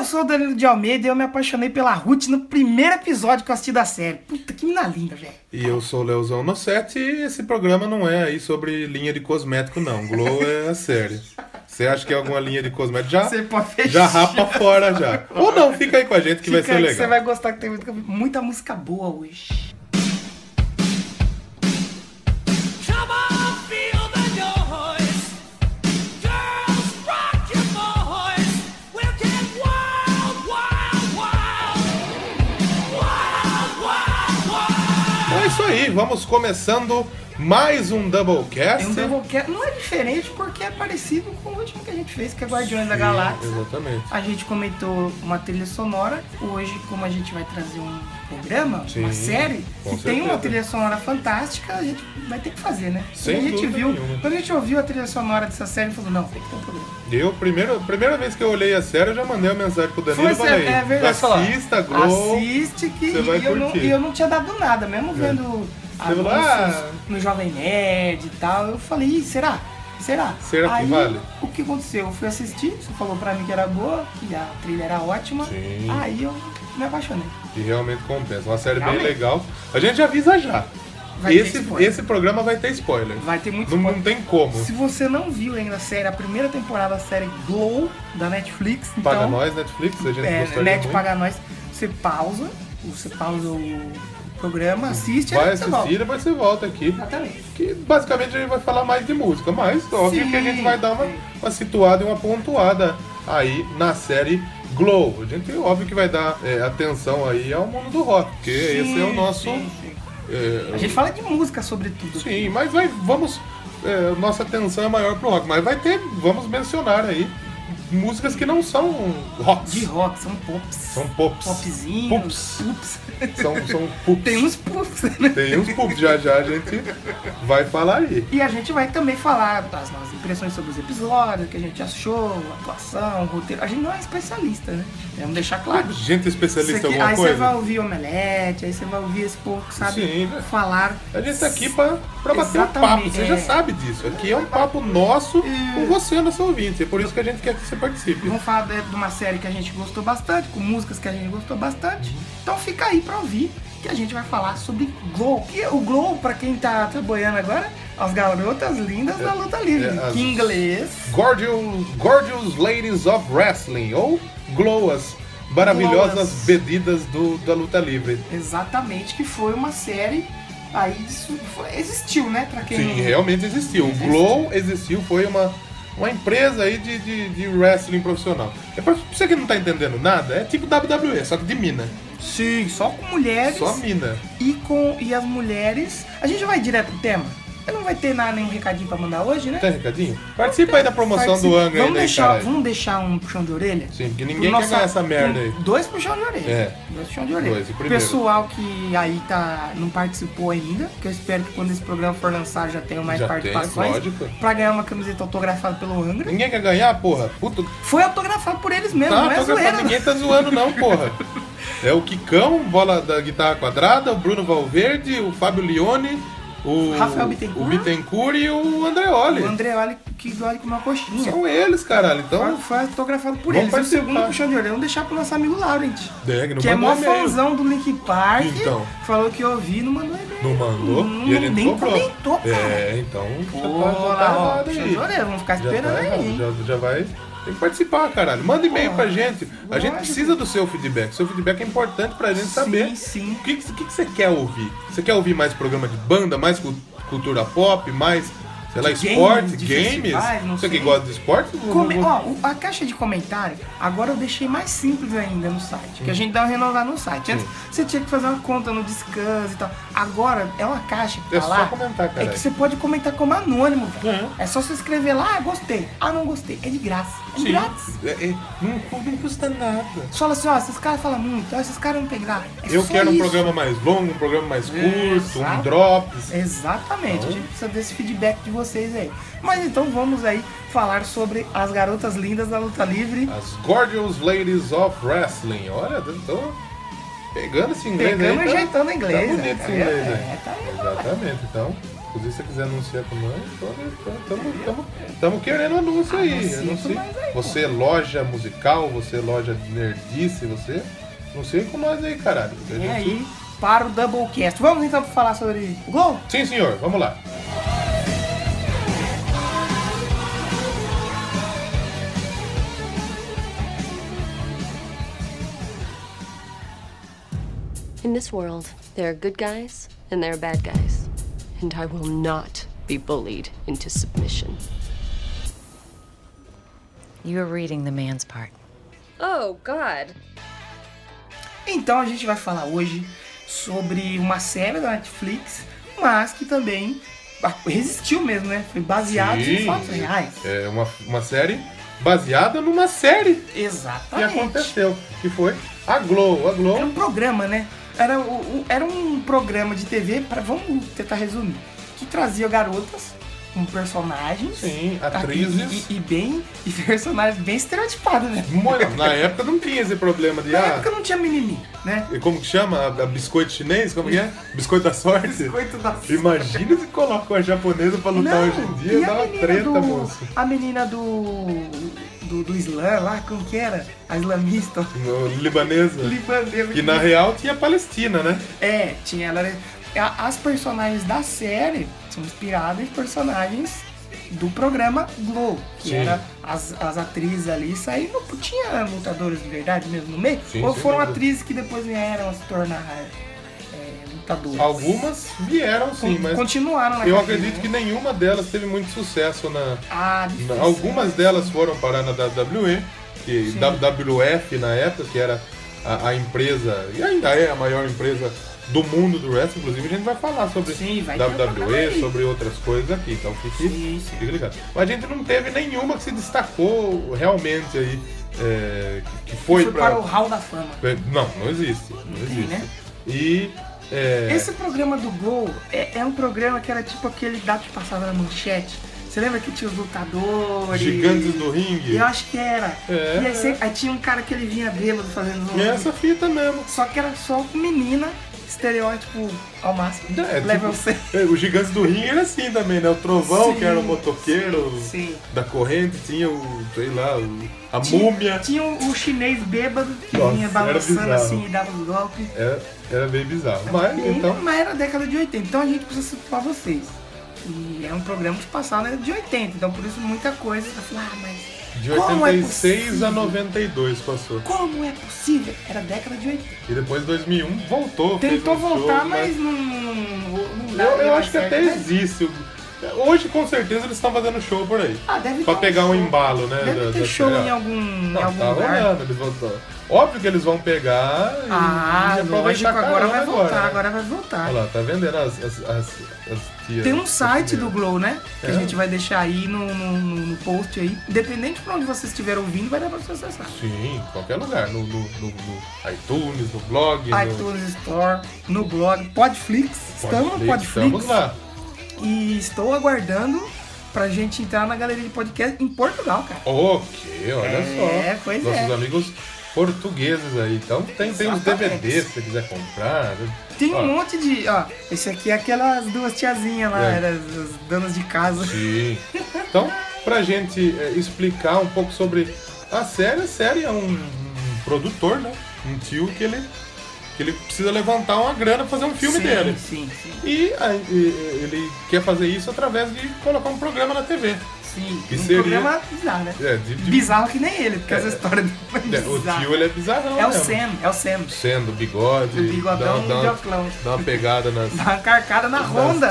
sou o Danilo de Almeida e eu me apaixonei pela Ruth no primeiro episódio que eu assisti da série. Puta, que mina linda, velho. E eu sou o Leozão no 7 e esse programa não é aí sobre linha de cosmético, não. Glow é sério. Você acha que é alguma linha de cosmético? Já rapa fora já. Ou não, fica aí com a gente que vai ser legal. Você vai gostar que tem muita música boa hoje. É isso aí, vamos começando mais um Doublecast. Um Doublecast não é diferente porque é parecido com o último que a gente fez, que é Guardiões da Galáxia. Exatamente. A gente comentou uma trilha sonora. Hoje, como a gente vai trazer um programa, uma série, que tem uma trilha sonora fantástica, a gente vai ter que fazer, né? Quando a gente ouviu a trilha sonora dessa série, a gente falou, não, tem que ter um programa. Primeira vez que eu olhei a série, eu já mandei uma mensagem pro Danilo e falei, assista, Glow, assiste que você vai curtir. eu não tinha dado nada, mesmo vendo anúncios no Jovem Nerd e tal, eu falei, será? Será aí, que vale? O que aconteceu? Eu fui assistir, você falou pra mim que era boa, que a trilha era ótima. Sim. Aí eu me apaixonei. E realmente compensa, uma série bem legal. A gente avisa já. Esse programa vai ter spoiler. Vai ter muito spoiler. Não tem como. Se você não viu ainda a série, a primeira temporada da série Glow, da Netflix, então... Paga nós, Netflix, a gente gostaria muito. Paga nós, você pausa o programa, assiste... Vai assistir e depois você volta aqui. Exatamente. Que basicamente a gente vai falar mais de música, mas óbvio que a gente vai dar uma situada e uma pontuada aí na série Glow. A gente óbvio que vai dar atenção aí ao mundo do rock, porque esse é o nosso... a gente fala de música sobretudo. Sim, mas nossa atenção é maior pro rock, mas vamos mencionar aí músicas que não são rocks. De rock, são pops. São pops. Popzinhos. Pups. São pups. Tem uns pups, né? Tem uns pups, já a gente vai falar aí. E a gente vai também falar das nossas impressões sobre os episódios, o que a gente achou, atuação, roteiro. A gente não é especialista, né? Vamos deixar claro. Gente especialista em alguma aí coisa? Aí você vai ouvir Omelete, aí você vai ouvir esse povo que sabe falar. A gente tá aqui pra bater um papo, você já sabe disso. Aqui é um papo nosso com você, nosso ouvinte. É por isso que a gente quer que você participe. Vamos falar de uma série que a gente gostou bastante, com músicas que a gente gostou bastante. Então fica aí pra ouvir que a gente vai falar sobre Glow. Que o Glow, pra quem tá trabalhando agora, as garotas lindas da luta livre. Que em inglês... Gorgeous Ladies of Wrestling, ou Glow, as maravilhosas bebidas da luta livre. Exatamente, que foi uma série... Aí existiu, né? Pra quem Sim, realmente existiu. O Glow existiu, foi uma empresa aí de wrestling profissional. É pra você que não tá entendendo nada, é tipo WWE, só que de mina. Sim, só com mulheres. Só mina. E as mulheres... A gente vai direto pro tema? Não vai ter nenhum recadinho pra mandar hoje, né? Tem recadinho? Participa aí da promoção do Angra aí, vamos deixar um puxão de orelha? Sim, porque ninguém quer ganhar essa merda aí. 2 puxão de orelha. 2 puxão de orelha. O pessoal que aí não participou ainda, que eu espero que quando esse programa for lançado já tenha mais participações. Lógico. Pra ganhar uma camiseta autografada pelo Angra. Ninguém quer ganhar, porra? Puta. Foi autografado por eles mesmo, não é zoeira. Ninguém tá zoando não, porra. É o Kikão, bola da guitarra quadrada, o Bruno Valverde, o Fábio Leone... O Rafael Bittencourt e o Andreoli. O Andreoli que dói com uma coxinha. São eles, caralho. Então, foi autografado por eles. E o segundo puxão de orelha, vamos deixar pro nosso amigo Laurent. Que é mó fãzão do Linkin Park. Então. Falou que eu ouvi e não mandou e-mail. Não mandou? E ele nem comentou, cara. Então. Já tá errado puxão de orelha, vamos ficar esperando aí. Já vai... Tem que participar, caralho. Manda e-mail pra gente. A gente precisa do seu feedback. Seu feedback é importante pra gente saber. Sim. O que você quer ouvir? Você quer ouvir mais programa de banda, mais cultura pop, mais, sei lá, esporte, games? Você que gosta de esporte? A caixa de comentário, agora eu deixei mais simples ainda no site. Que a gente dá uma renovada no site. Antes você tinha que fazer uma conta no Descanso e tal. Agora é uma caixa que tá lá. É só comentar, cara. É que você pode comentar como anônimo. É só você escrever lá, gostei. Não gostei. É de graça. É grátis. Não custa nada. Você fala assim, esses caras falam muito, esses caras não tem graça. Eu quero um programa mais longo, um programa mais curto, um drops. Exatamente. A gente precisa desse feedback de vocês aí. Mas então vamos aí falar sobre as garotas lindas da luta livre. As Gorgeous Ladies of Wrestling. Olha, tô pegando esse inglês aí. Ajeitando o inglês. Tá bonito esse inglês aí. Exatamente, então. Inclusive, se você quiser anunciar com nós, estamos querendo anúncio aí. Você é loja musical, você é loja de nerdice, você anuncia com nós aí, caralho. E aí, para o Doublecast. Vamos então falar sobre o Glow? Sim, senhor. Vamos lá. In this world, there are good guys and there are bad guys. And I will not be bullied into submission. You're reading the man's part. Oh, God. Então a gente vai falar hoje sobre uma série da Netflix, mas que também resistiu mesmo, né? Foi baseado em fatos reais. É uma série baseada numa série. Exatamente. Que aconteceu, que foi a Glow. Era um programa, né? Era um programa de TV, vamos tentar resumir, que trazia garotas com personagens. Sim, atrizes. E personagens bem estereotipados, né? Na época não tinha esse problema de... Na época não tinha mimimi, né? E como que chama? A biscoito chinês? Como que é? Biscoito da sorte? Biscoito da sorte. Imagina se colocou a japonesa pra lutar hoje em dia, dá uma treta, moço. A menina do Islã lá, como que era? A islamista. Libanesa. Que na real tinha Palestina, né? Tinha. As personagens da série são inspiradas em personagens do programa Glow, que era as atrizes ali saindo. Tinha lutadores de verdade mesmo no meio? Ou foram atrizes que depois vieram a se tornar lutadoras? Algumas vieram sim, mas continuaram na eu acredito que nenhuma delas teve muito sucesso algumas delas foram parar na WWE, WWF na época, que era a empresa, e ainda é a maior empresa do mundo do wrestling. Inclusive a gente vai falar sobre WWE, sobre outras coisas aqui, então fique ligado. Mas a gente não teve nenhuma que se destacou realmente aí, que foi para o Hall da Fama. Não existe. Não existe. Né? E esse programa do Glow é um programa que era tipo aquele que passava na manchete. Você lembra que tinha os lutadores? Gigantes do ringue? Eu acho que era. E aí tinha um cara que ele vinha bêbado fazendo... essa fita mesmo. Só que era só menina, estereótipo ao máximo. Level tipo, 100. Os Gigantes do ringue era assim também, né? O Trovão, que era o motoqueiro da corrente, tinha a múmia. Tinha o chinês bêbado que vinha balançando assim e dava os golpes. Era bem bizarro. Mas era a década de 80, então a gente precisa situar vocês. E é um programa que passava na de 80, então por isso muita coisa. Você fala, mas de 86 a 92 passou. Como é possível? Era década de 80. E depois de 2001 voltou. Tentou voltar, show, mas não eu acho que até existe. Hoje, com certeza, eles estão fazendo show por aí. Deve pra pegar um embalo, né? Deve ter show em algum lugar. Rolando, eles vão... Óbvio que eles vão pegar e aproveitar. Agora vai voltar. Olha lá, tá vendendo as tias. Tem um site do Glow, né? Que a gente vai deixar aí no post aí. Independente de onde vocês estiverem ouvindo, vai dar pra você acessar. Sim, qualquer lugar. No iTunes, no blog. iTunes Store, no blog. Podflix. Estamos no Podflix. Estamos lá. E estou aguardando pra gente entrar na galeria de podcast em Portugal, cara. Ok, olha só. Pois nossos amigos portugueses aí. Então tem uns DVDs se você quiser comprar. Tem um monte de... esse aqui é aquelas duas tiazinhas lá, as donas de casa. Sim. Então, pra gente explicar um pouco sobre a série é um produtor, né? Um tio que ele precisa levantar uma grana pra fazer um filme dele. Sim. E ele quer fazer isso através de colocar um programa na TV. Sim, programa bizarro, né? Bizarro que nem ele, porque essa história do o tio, ele é bizarrão. É o Sam. Sam, do bigode. O bigodão de óculos. Dá uma pegada nas... Dá uma carcada na Honda.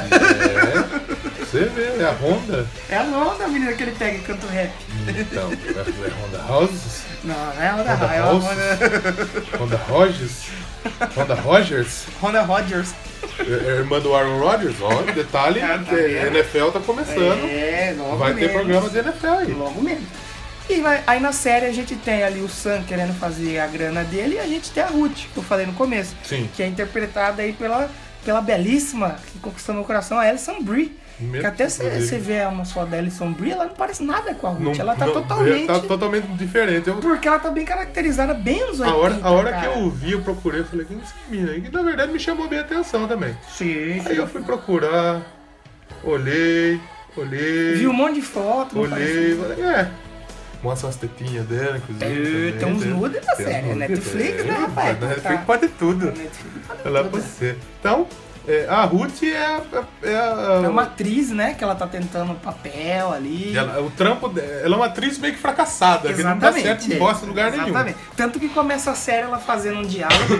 Você vê, é a Honda. É a Honda, a menina que ele pega e canta o rap. Então, é Honda Houses? Não é Honda House. Honda Rogers? Honda Rogers? Honda Rogers. Irmã do Aaron Rodgers, detalhe, a NFL tá começando. Logo vai mesmo. Ter programa de NFL aí. Logo mesmo. E aí na série a gente tem ali o Sam querendo fazer a grana dele e a gente tem a Ruth, que eu falei no começo. Sim. Que é interpretada aí pela belíssima, que conquistou meu coração, a Alison Brie. Que até você vê uma foto da Alison Brie, ela não parece nada com a Ruth. Ela tá totalmente... Tá totalmente diferente. Porque ela tá bem caracterizada, bem nos 80. A hora que eu vi, eu procurei, eu falei, quem é essa menina? E na verdade me chamou bem a atenção também. Sim. Aí eu fui procurar. Olhei. Vi um monte de foto. Olhei. Mostra as tetinhas dela, inclusive. Tem uns nudes na série. É Netflix, né, rapaz? Netflix pode tudo. Ela pode ser. Então, a Ruth é uma atriz, né? Que ela tá tentando um papel ali. O trampo dela, ela é uma atriz meio que fracassada. Que não dá certo, não gosta em lugar nenhum. Tanto que começa a série ela fazendo um diálogo.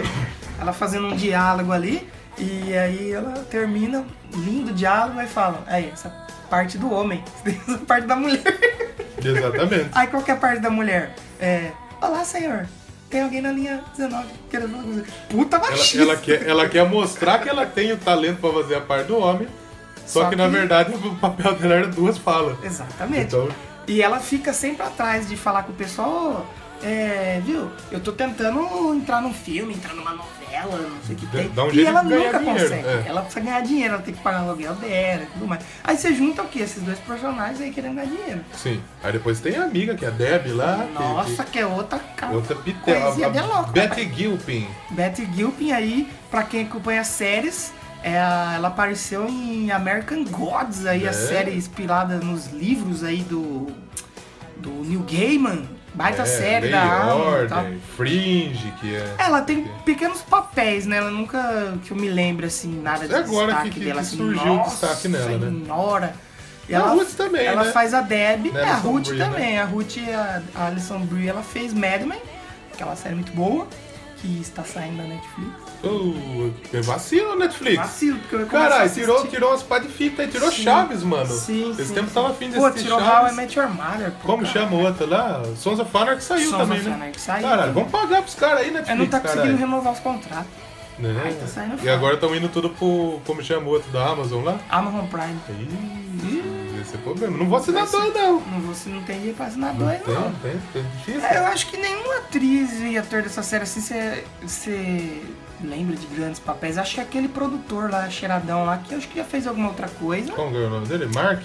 Ali. E aí ela termina, lindo diálogo, e fala, essa parte do homem, essa parte da mulher. Exatamente. Aí qual que é a parte da mulher? Olá, senhor, tem alguém na linha 19 querendo falar com você. Puta machista. Ela quer mostrar que ela tem o talento pra fazer a parte do homem, só que na verdade o papel dela era 2 falas. Exatamente. Então... E ela fica sempre atrás de falar com o pessoal, viu, eu tô tentando entrar num filme, entrar numa novela, não sei o que tem. Um e ela nunca consegue. Ela precisa ganhar dinheiro, ela tem que pagar o aluguel dela e tudo mais. Aí você junta o quê? Esses 2 personagens aí querendo ganhar dinheiro. Sim. Aí depois tem a amiga, que é a Debbie lá. Nossa, que é outra cara. Outra bitela. Betty Gilpin. Betty Gilpin aí, pra quem acompanha séries, ela apareceu em American Gods aí, a série inspirada nos livros aí do Neil Gaiman. Baita série da Amazon, tá? Fringe, que é... Ela tem pequenos papéis, né? Ela nunca, que eu me lembre, assim, nada de agora destaque dela. Que assim, surgiu o destaque nela, né? Senhora. E a Ruth também, ela né? faz a Debbie, a Ruth Brie, também. Né? A Ruth, a Alison Brie, ela fez Mad Men, aquela série muito boa, que está saindo da Netflix. Vacilo, Netflix. Vacilo, porque eu caralho, tirou umas pá de fita e tirou Chaves, mano. Esse tempo tava afim de assistir tirou Chaves. How I Met Your Mother. Como chama o outro lá? Sons of Anarchy saiu também, né? Caralho, vamos pagar pros caras aí, Netflix, não tá conseguindo renovar os contratos. Né? Tá saindo e agora estão indo tudo pro... Como chama o outro da Amazon lá? Amazon Prime. Esse é problema. Não vou assinar dois, não. Não tem dinheiro pra assinar dois, não. Tem difícil. Eu acho que nenhuma atriz e ator dessa série assim, você lembra de grandes papéis. Acho que aquele produtor lá, cheiradão lá, que eu acho que já fez alguma outra coisa. Como é o nome dele? Mark?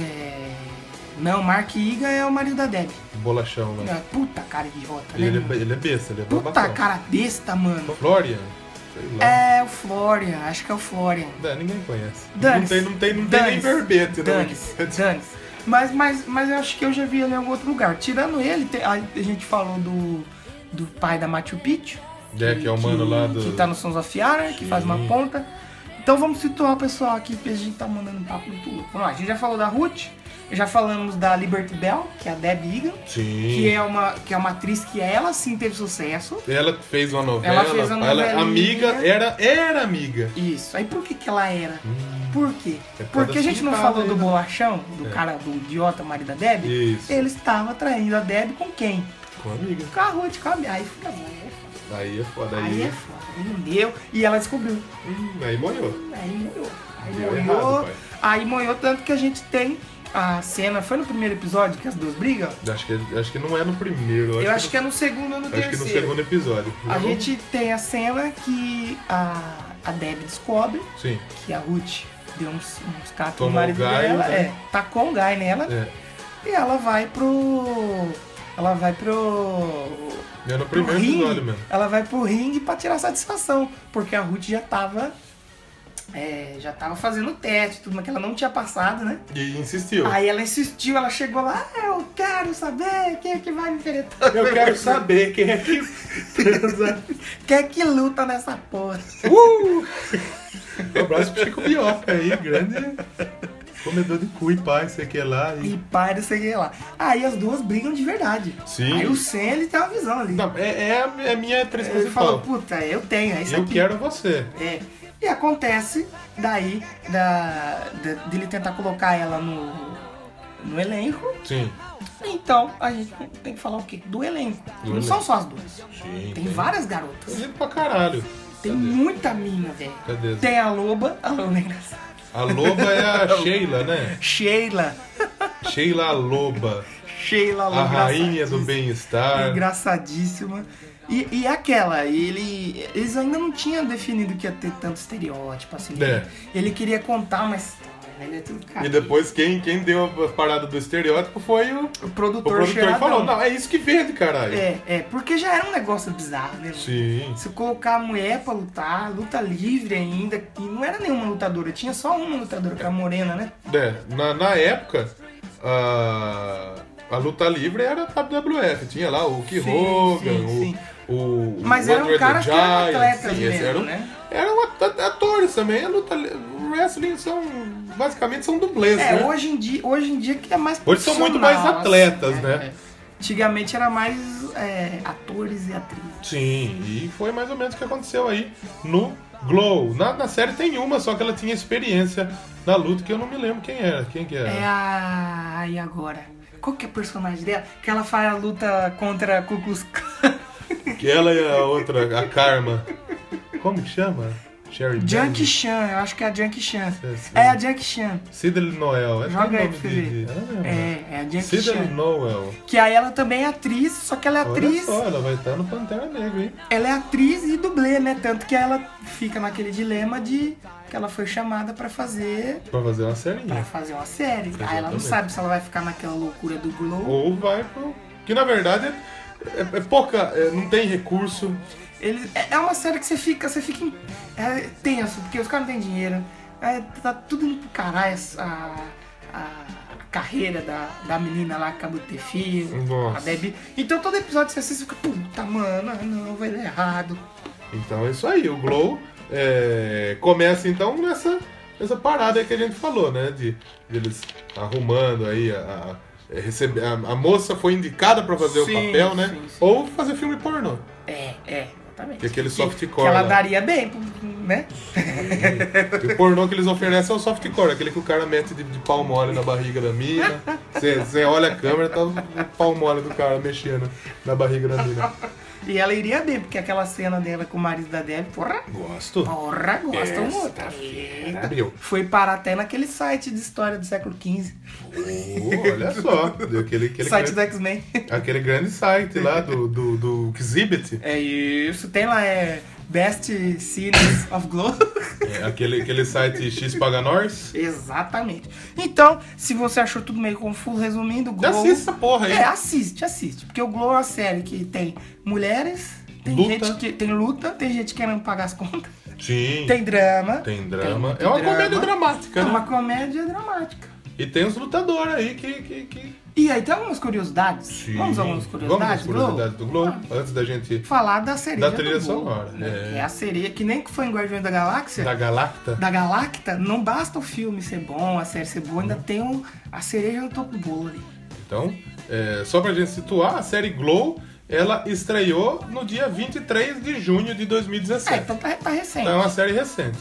Não, Mark Iga é o marido da Debbie. Bolachão lá. Puta cara idiota, né? Ele é besta, ele é puta babacão. Cara besta, mano. Florian? Sei lá. O Florian, acho que é o Florian. Ninguém conhece. Não tem nem verbete, né? Mas eu acho que eu já vi ele em algum outro lugar. Tirando ele, a gente falou do pai da Machu Picchu. Que é o mano lá do... Que tá no Sons of Anarchy, que faz uma ponta. Então vamos situar o pessoal aqui, porque a gente tá mandando um papo muito louco. Vamos lá, a gente já falou da Ruth, já falamos da Liberty Bell, que é a Debbie Egan. Sim. Que é uma atriz que ela sim teve sucesso. Ela fez uma novela. Ela amiga, era amiga. Isso. Aí por que ela era? Por quê? Porque a gente não falou do bolachão, do cara, do idiota marido da Debbie? Isso. Ele estava traindo a Debbie com quem? Com a amiga. Com a Ruth, com a amiga. Aí fica bom, Aí é foda. Aí é foda. Aí não deu. E ela descobriu. Aí moiou. Aí moiou tanto que a gente tem a cena. Foi no primeiro episódio que as duas brigam? Acho que não é no primeiro. Eu acho que é no segundo ou no terceiro. Acho que no segundo episódio. A gente tem a cena que a Debbie descobre que a Ruth deu uns cacos no marido dela. Né? Tacou um gás nela. E ela vai pro... É no primeiro episódio mesmo. Ela vai pro ringue pra tirar satisfação. Porque a Ruth já tava fazendo teste, tudo, mas que ela não tinha passado, né? E insistiu. Aí ela insistiu, ela chegou lá, eu quero saber quem é que vai me enfrentar. Eu quero saber quem é que quem é que luta nessa porra. Um abraço pro Chico Bioca aí, grande comedor de cu e pai, sei que lá. E pai, não sei que lá. Aí as duas brigam de verdade. Sim. Aí o Sen, ele tem uma visão ali. Não, é a minha atriz principal. Ele falou, puta, eu tenho, é isso aqui. Eu quero você. E acontece daí dele tentar colocar ela no elenco. Sim. Então, a gente tem que falar o quê? Do elenco. Não são só as duas. Sim, tem várias garotas. Tem pra caralho. Tem muita mina, velho. Tem a Loba é engraçada. A Loba é a Sheila, né? Sheila a Loba. A rainha do bem-estar. Engraçadíssima. E aquela, eles ainda não tinham definido que ia ter tanto estereótipo assim. Ele queria contar uma história Ele é tudo cara. E depois quem deu a parada do estereótipo foi o produtor que falou, não, é isso que vende, caralho. Porque já era um negócio bizarro, né? Sim. Se colocar a mulher pra lutar, luta livre ainda, e não era nenhuma lutadora, tinha só uma lutadora, que era a Morena, né? Na época, a luta livre era a WWF, tinha lá o Hulk Hogan, mas eram caras que eram atletas mesmo, né? Eram atores também, a luta wrestling basicamente são dublês, né? Hoje em dia que é mais hoje são muito mais atletas, assim, né? Antigamente era mais atores e atrizes. Sim, e foi mais ou menos o que aconteceu aí no Glow. Na série tem uma, só que ela tinha experiência na luta, que eu não me lembro quem era. Quem que era? E agora? Qual que é o personagem dela? Que ela faz a luta contra a Ku Klux Klan. Que ela e a outra, a Karma. Como que chama? Junkie Chan, eu acho que é a Junkie Chan. É a Junkie Chan. Sidney Noel. Joga aí pra você ver. É a Junkie Chan. Sidney Noel. Que aí ela também é atriz, só que ela é atriz... Olha só, ela vai estar no Pantera Negra, hein? Ela é atriz e dublê, né? Tanto que ela fica naquele dilema de que ela foi chamada pra fazer... Pra fazer uma série. Exatamente. Aí ela não sabe se ela vai ficar naquela loucura do Glow. Ou vai pro... Que na verdade é pouca... não tem recurso... É uma série que você fica tenso, porque os caras não têm dinheiro. Tá tudo indo pro caralho a carreira da menina lá que acabou de ter filho, a Debbie. Então todo episódio você assiste e fica, puta, mano, não, vai dar errado. Então é isso aí, o Glow começa então nessa parada aí que a gente falou, né? De eles arrumando aí a moça foi indicada pra fazer o papel, né? Sim. Ou fazer filme pornô. Exatamente. Que aquele softcore. Que ela daria bem, né? E o pornô que eles oferecem é o softcore, aquele que o cara mete de pau mole na barriga da mina. Você olha a câmera, tá o pau mole do cara mexendo na barriga da mina. E ela iria bem, porque aquela cena dela com o marido da Debbie, Gosto. Gosto muito. Foi parar até naquele site de história do século XV. Olha só. Aquele site do X-Men. Aquele grande site lá do Exhibit. É isso. Tem lá, Best Scenes of Glow. Aquele site X Paga Nós. Exatamente. Então, se você achou tudo meio confuso, resumindo, o Glow... Assiste essa porra aí. Assiste. Porque o Glow é uma série que tem mulheres, tem gente que tem luta, tem gente querendo pagar as contas. Sim. Tem drama. É uma comédia dramática, né? É uma comédia dramática. E tem os lutadores aí que... E aí tem algumas curiosidades. Sim. Vamos a algumas curiosidades do Glow? Antes da gente... falar da sereia da trilha do Glow, sonora. Né? É a sereia, que nem que foi em Guardiões da Galáxia. Da Galacta. Não basta o filme ser bom, a série ser boa, ainda tem a cereja no topo do bolo ali. Então, só pra gente situar, a série Glow... ela estreou no dia 23 de junho de 2017. Então tá recente. Então é uma série recente.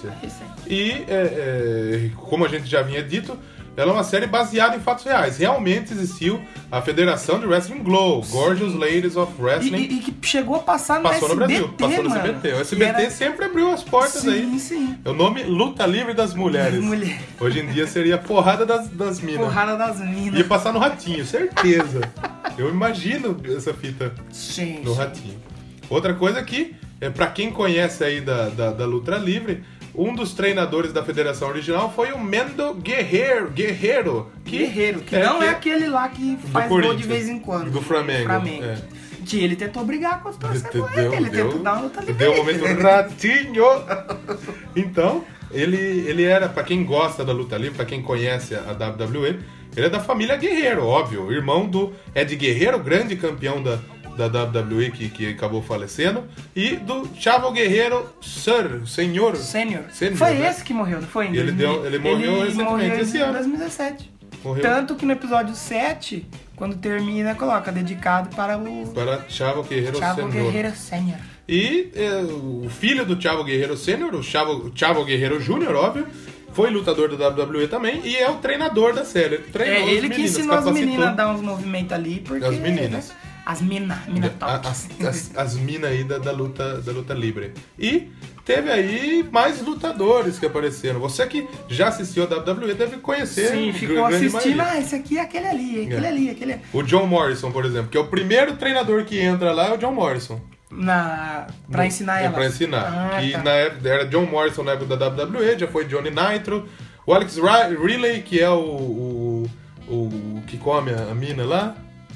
E, como a gente já havia dito, ela é uma série baseada em fatos reais. Realmente existiu a Federação de Wrestling Glow, Gorgeous Ladies of Wrestling. E que chegou a passar no SBT, no Brasil, passou no SBT. O SBT sempre abriu as portas aí. Sim. É o nome Luta Livre das Mulheres. Hoje em dia seria Porrada das Minas. Porrada das Minas. Ia passar no Ratinho, certeza. Eu imagino essa fita no Ratinho. Outra coisa que, pra quem conhece aí da Luta Livre, um dos treinadores da federação original foi o Mendo Guerreiro. Que não é aquele lá que faz gol de vez em quando. Do Flamengo. Que ele tentou brigar com os torcedores. Ele tentou dar uma luta livre. Deu um momento Ratinho. Então, ele era, pra quem gosta da luta livre, pra quem conhece a WWE, ele é da família Guerreiro, óbvio. Irmão do Ed Guerreiro, grande campeão da WWE que acabou falecendo. E do Chavo Guerreiro Sênior. Foi, né? Esse que morreu, não foi? Ele morreu recentemente esse ano. Em 2017. Morreu. Tanto que no episódio 7, quando termina, coloca dedicado para Chavo Guerreiro Sênior. E o filho do Chavo Guerreiro Sênior, o Chavo Guerreiro Júnior, óbvio, foi lutador da WWE também e é o treinador da série. Ele treinou ele que ensinou as meninas a dar uns movimentos ali, porque... As meninas. Né? As mina top. As minas aí da luta livre. E teve aí mais lutadores que apareceram. Você que já assistiu a WWE deve conhecer. Sim, ficou assistindo. Esse aqui é aquele ali, aquele ali. O John Morrison, por exemplo, que é o primeiro treinador que entra lá, é o John Morrison. Pra ensinar ela. Pra ensinar. Na época, era John Morrison na época da WWE, já foi Johnny Nitro. O Alex Riley, que é o que come a mina lá.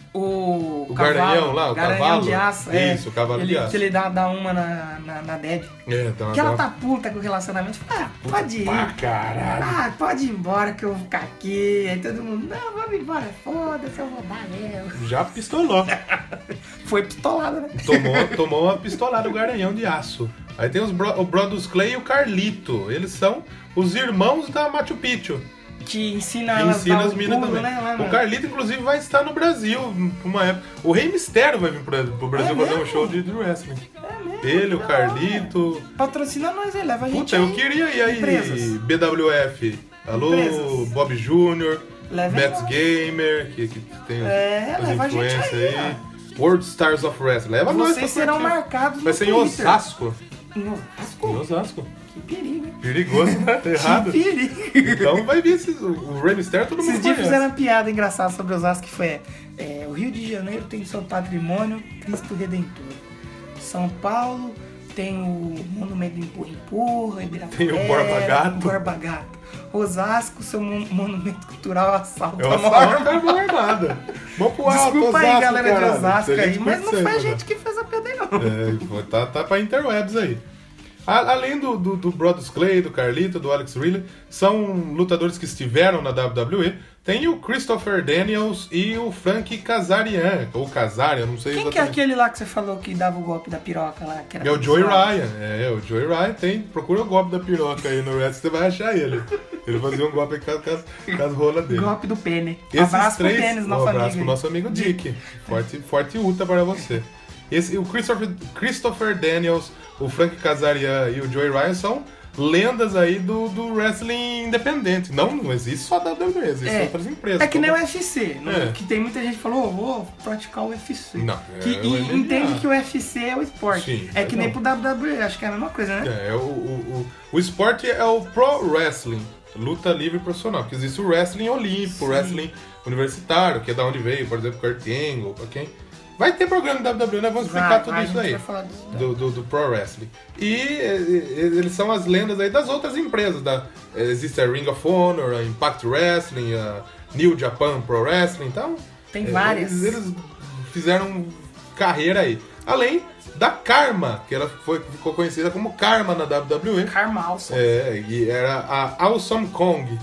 O garanhão lá, o cavalo. De aço. Isso, o cavalo de aço. Que ele dá uma na Deb. Então, que ela tá puta com o relacionamento. Pode ir. Pra caralho. Pode ir embora que eu vou ficar aqui. Aí todo mundo, não, vamos embora. Foda-se, eu vou dar mesmo. Já pistolou. Foi pistolado, né? Tomou uma pistolada, o garanhão de aço. Aí tem o Brodus Clay e o Carlito. Eles são os irmãos da Machu Picchu. Que ensina elas as minas também. Né, o Carlito, inclusive, vai estar no Brasil por uma época. O Rei Mistério vai vir pro Brasil fazer um show de wrestling. Ele, o Carlito. Patrocina nós aí, leva a gente. Puta, eu queria ir aí. Empresas. BWF. Alô, Empresas. Bob Jr., Max Gamer, que tem as influências aí. World Stars of Wrestling. Leva nós. Vocês serão marcados. Vai ser em Osasco. Em Osasco? Em Osasco. Que perigo, hein? Perigoso, né? Errado. Que perigo. Então vai vir o Rey Mysterio, todo mundo conhece. Esses dias fizeram uma piada engraçada sobre Osasco, que foi o Rio de Janeiro tem seu patrimônio, Cristo Redentor. São Paulo tem o Monumento do Empurra-Empurra, tem o Borba Gato. Osasco, seu monumento cultural, assalto. É o assalto da Borba. Vamos pro alto, desculpa Osasco, aí, galera de Osasco aí, mas não foi a gente que fez a piada aí, não. Tá pra interwebs aí. Além do Brodus Clay, do Carlito, do Alex Riley, são lutadores que estiveram na WWE. Tem o Christopher Daniels e o Frank Kazarian, ou Kazarian, não sei exatamente. Quem que é aquele lá que você falou que dava o golpe da piroca lá? Que era o Joey Ryan. O Joey Ryan procura o golpe da piroca aí no wrestling, você vai achar ele. Ele fazia um golpe com as rolas dele. Golpe do pene. Abraço pro pênis, nosso amigo. Abraço pro nosso amigo Dick. Forte Uta para você. O Christopher Daniels, o Frank Kazarian e o Joey Ryan são lendas aí do wrestling independente. Não existe só a WWE, existem outras empresas. É que nem o UFC, que tem muita gente que falou, vou praticar o UFC. Não, e entende que o UFC é o esporte. Sim, que nem pro WWE, acho que é a mesma coisa, né? O esporte é o pro wrestling, luta livre profissional, porque existe o wrestling olímpico, o wrestling universitário, que é da onde veio, por exemplo, Kurt Angle, pra quem... Vai ter programa da WWE, né? Vamos explicar tudo isso aí. Do Pro Wrestling. E eles são as lendas aí das outras empresas. Existe a Ring of Honor, a Impact Wrestling, a New Japan Pro Wrestling. Então, tem várias. Eles fizeram carreira aí. Além da Karma, que ela ficou conhecida como Karma na WWE. Karma Awesome. E era a Awesome Kong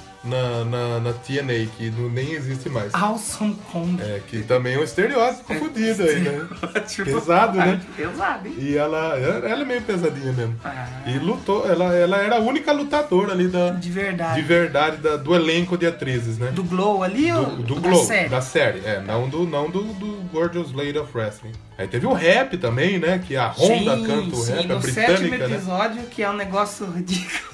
na TNA, que nem existe mais. Awesome Kong. Que também é um estereótipo fodido aí, né? Pesado, né? Pesado, hein? E ela é meio pesadinha mesmo. E lutou, ela era a única lutadora ali de verdade do elenco de atrizes, né? Do Glow ali ou do Glow, da série. Não do Gorgeous Lady of Wrestling. Aí teve o rap também, né? Que a Honda canta o rap, a britânica, né? No 7º episódio, que é um negócio ridículo.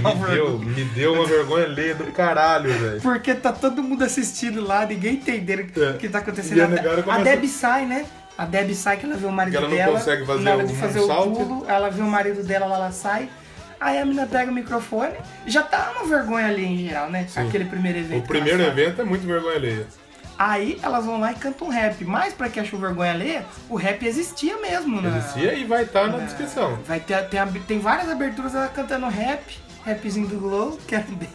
Me deu uma vergonha alheia do caralho, velho. Porque tá todo mundo assistindo lá, ninguém entendendo o que tá acontecendo. A Debbie sai, né? A Debbie sai, que ela vê o marido dela. Ela não consegue fazer na hora de fazer o pulo, ela vê o marido dela, ela sai. Aí a menina pega o microfone. Já tá uma vergonha ali em geral, né? Sim. Aquele primeiro evento. O primeiro evento é muito vergonha alheia. Aí elas vão lá e cantam um rap. Mas pra que achou vergonha alheia, o rap existia mesmo, né? Existia e vai estar na descrição. Vai tem várias aberturas ela cantando rapzinho do Glow, que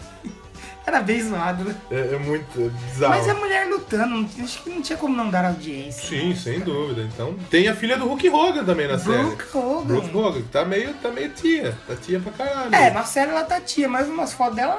era bem zoado, né? É muito bizarro. Mas é mulher lutando, acho que não tinha como não dar audiência. Sim, sem dúvida. Então, tem a filha do Hulk Hogan também na série. Brooke Hogan, que tá meio tia. Tá tia pra caralho. Na série ela tá tia, mas umas fotos dela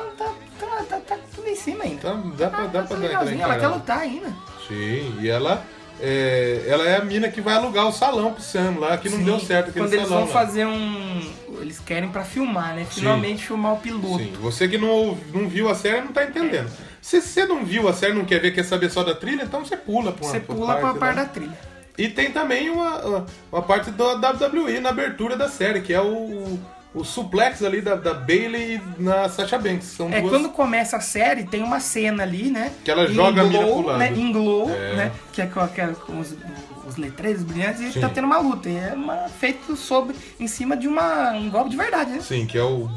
tá tudo em cima ainda. Então, dá pra dar aquela encarada. Ela quer lutar ainda. Sim, e ela é a mina que vai alugar o salão pro Sam lá, que não deu certo aquele salão. Quando eles vão fazer eles querem pra filmar, né? Finalmente filmar o piloto. Sim, você que não viu a série não tá entendendo. Se você não viu a série, não quer ver, quer saber só da trilha, então você pula pra parte da trilha. E tem também uma parte da WWE na abertura da série, que é o suplex ali da Bayley na Sasha Banks. São duas... Quando começa a série, tem uma cena ali, né? Que ela joga a mina pro lado. Né, em Glow, né? Que é com os letreiros brilhantes, e tá tendo uma luta. E é feito em cima de um golpe de verdade, né? Sim, que é o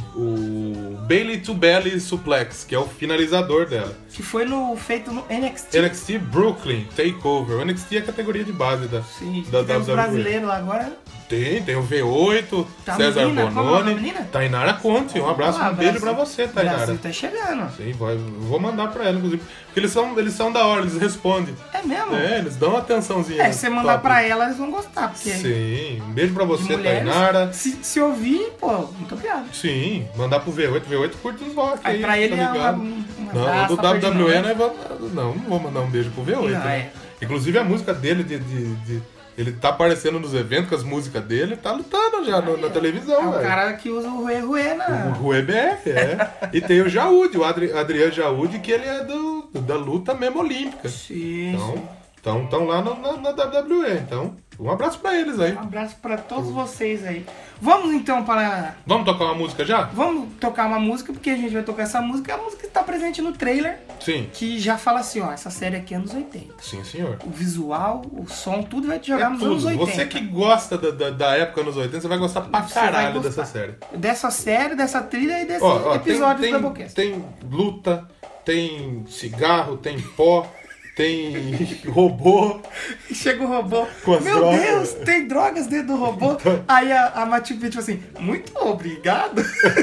Bayley to Belly Suplex, que é o finalizador dela. Que foi feito no NXT. NXT Brooklyn Takeover. O NXT é a categoria de base da WWE. Temos brasileiro lá agora. Tem o V8, César Bononi, Tainara Conte. Um abraço, um beijo pra você, Tainara. Brasil tá chegando. Sim, vou mandar pra ela, inclusive. Porque eles são da hora, eles respondem. É mesmo? Eles dão uma atençãozinha. Se você mandar pra ela, eles vão gostar. Porque sim, um beijo pra você, Tainara. Se ouvir, pô, muito obrigado. Sim, mandar pro V8 curte uns rock aí, pra ele tá ligado? Não, do WWE não vou mandar um beijo pro V8, não, né? Inclusive a música dele ele tá aparecendo nos eventos com as músicas dele, tá lutando já na televisão, velho. É o cara que usa o Rue na... O Rue BR, E tem o Jaúde, o Adriano Jaúde, que ele é da luta mesmo olímpica. Sim. Estão lá na WWE, então um abraço pra eles aí. Um abraço pra todos vocês aí. Vamos então para... Vamos tocar uma música já? Vamos tocar uma música, porque a gente vai tocar essa música. É a música que está presente no trailer. Sim. Que já fala assim, ó, essa série aqui é anos 80. Sim, senhor. O visual, o som, tudo vai te jogar nos anos 80. Você que gosta da época anos 80, você vai gostar pra caralho dessa série. Dessa série, dessa trilha e desse episódio do Doublecast. Tem luta, tem cigarro, tem pó. Tem robô. Chega o robô. Com as Meu drogas. Deus, tem drogas dentro do robô. Aí a Matilde, tipo assim, muito obrigado.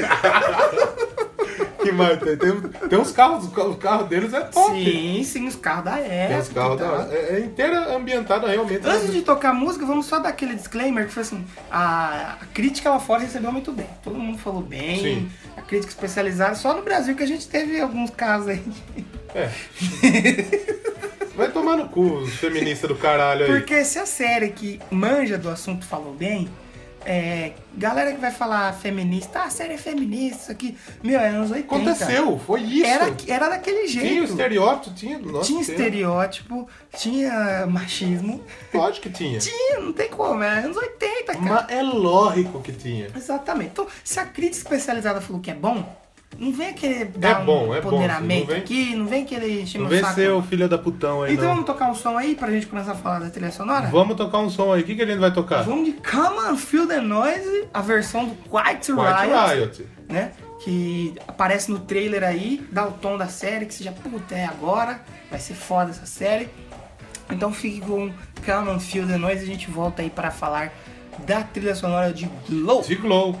Que mais? Tem uns carros, o carro deles é top. Sim, os carros da época. Tem os carros é inteira ambientada realmente. Antes de tocar música, vamos só dar aquele disclaimer que foi assim, a crítica lá fora recebeu muito bem. Todo mundo falou bem. Sim. A crítica especializada, só no Brasil que a gente teve alguns casos aí. Vai tomar no cu, os feministas do caralho aí. Porque se a série que manja do assunto falou bem, galera que vai falar feminista, a série é feminista, isso aqui, é anos 80. Aconteceu, foi isso. Era daquele jeito. Tinha o estereótipo, tinha estereótipo, tinha machismo. Lógico que tinha. Tinha, não tem como, é anos 80, cara. Mas é lógico que tinha. Exatamente. Então, se a crítica especializada falou que é bom, não vem querer dar um empoderamento aqui, não vem querer encher meu saco. Não vem ser o filho da putão aí, então não. vamos tocar um som aí pra gente começar a falar da trilha sonora? Vamos tocar um som aí. O que a gente vai tocar? Vamos de Come on, Feel the Noise, a versão do Quiet Riot, né? Que aparece no trailer aí, dá o tom da série, que você já, puta, é agora, vai ser foda essa série. Então fique com Come on, Feel the Noise e a gente volta aí para falar da trilha sonora de Glow. De Glow.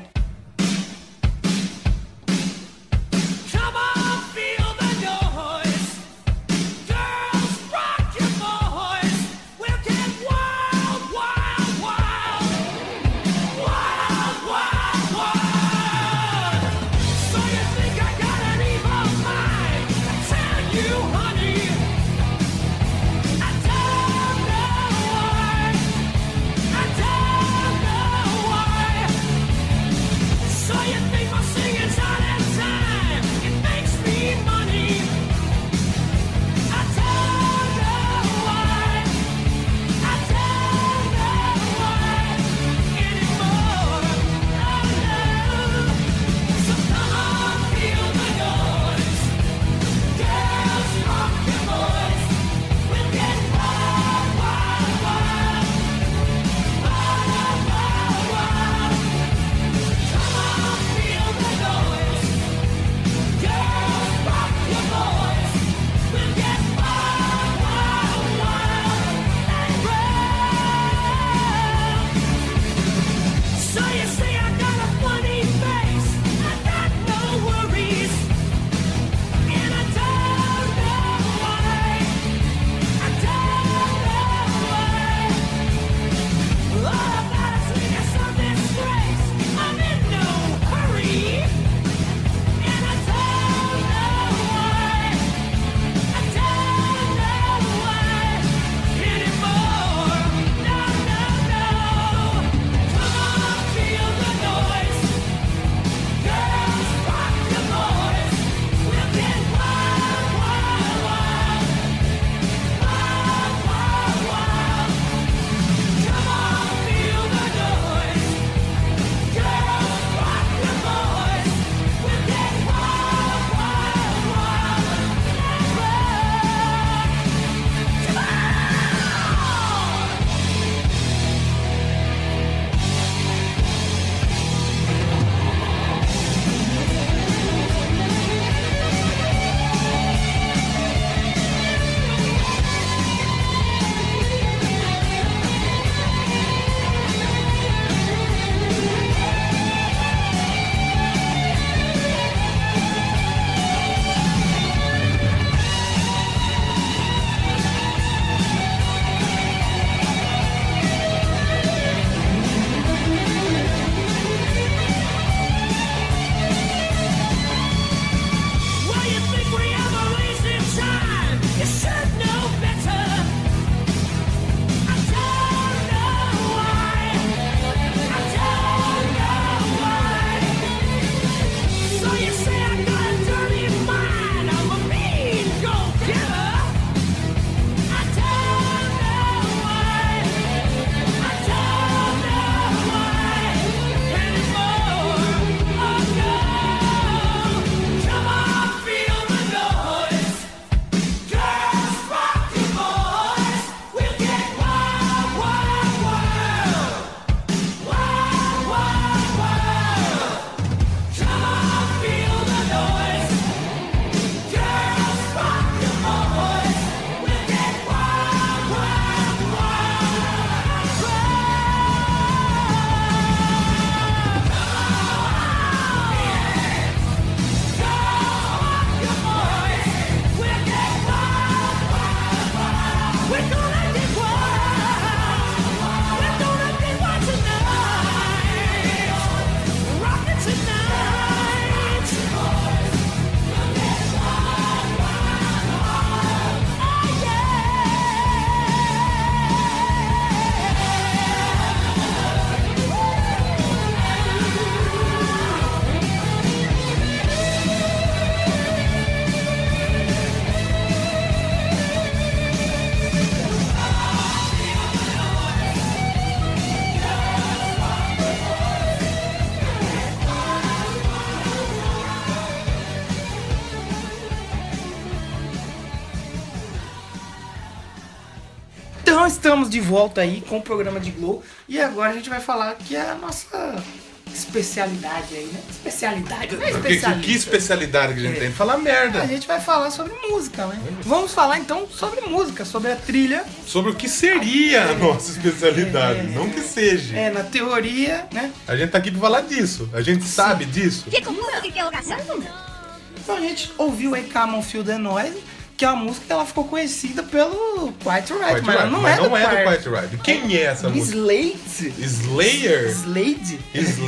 Então estamos de volta aí com o programa de Glow. E agora a gente vai falar que é a nossa especialidade aí, né? Especialidade, não é especialidade. Que especialidade que a gente tem? Falar merda. A gente vai falar sobre música, né? Vamos falar então sobre música, sobre a trilha. Sobre o que seria a nossa especialidade, não que seja. Na teoria, né? A gente tá aqui pra falar disso, a gente sabe disso. Fica com música de interrogação? Então a gente ouviu aí Come On Feel The Noise, que é uma música que ela ficou conhecida pelo Quiet Riot, mas ela não é do Quiet Riot. Quem é essa música? Slade. Slayer? Slade?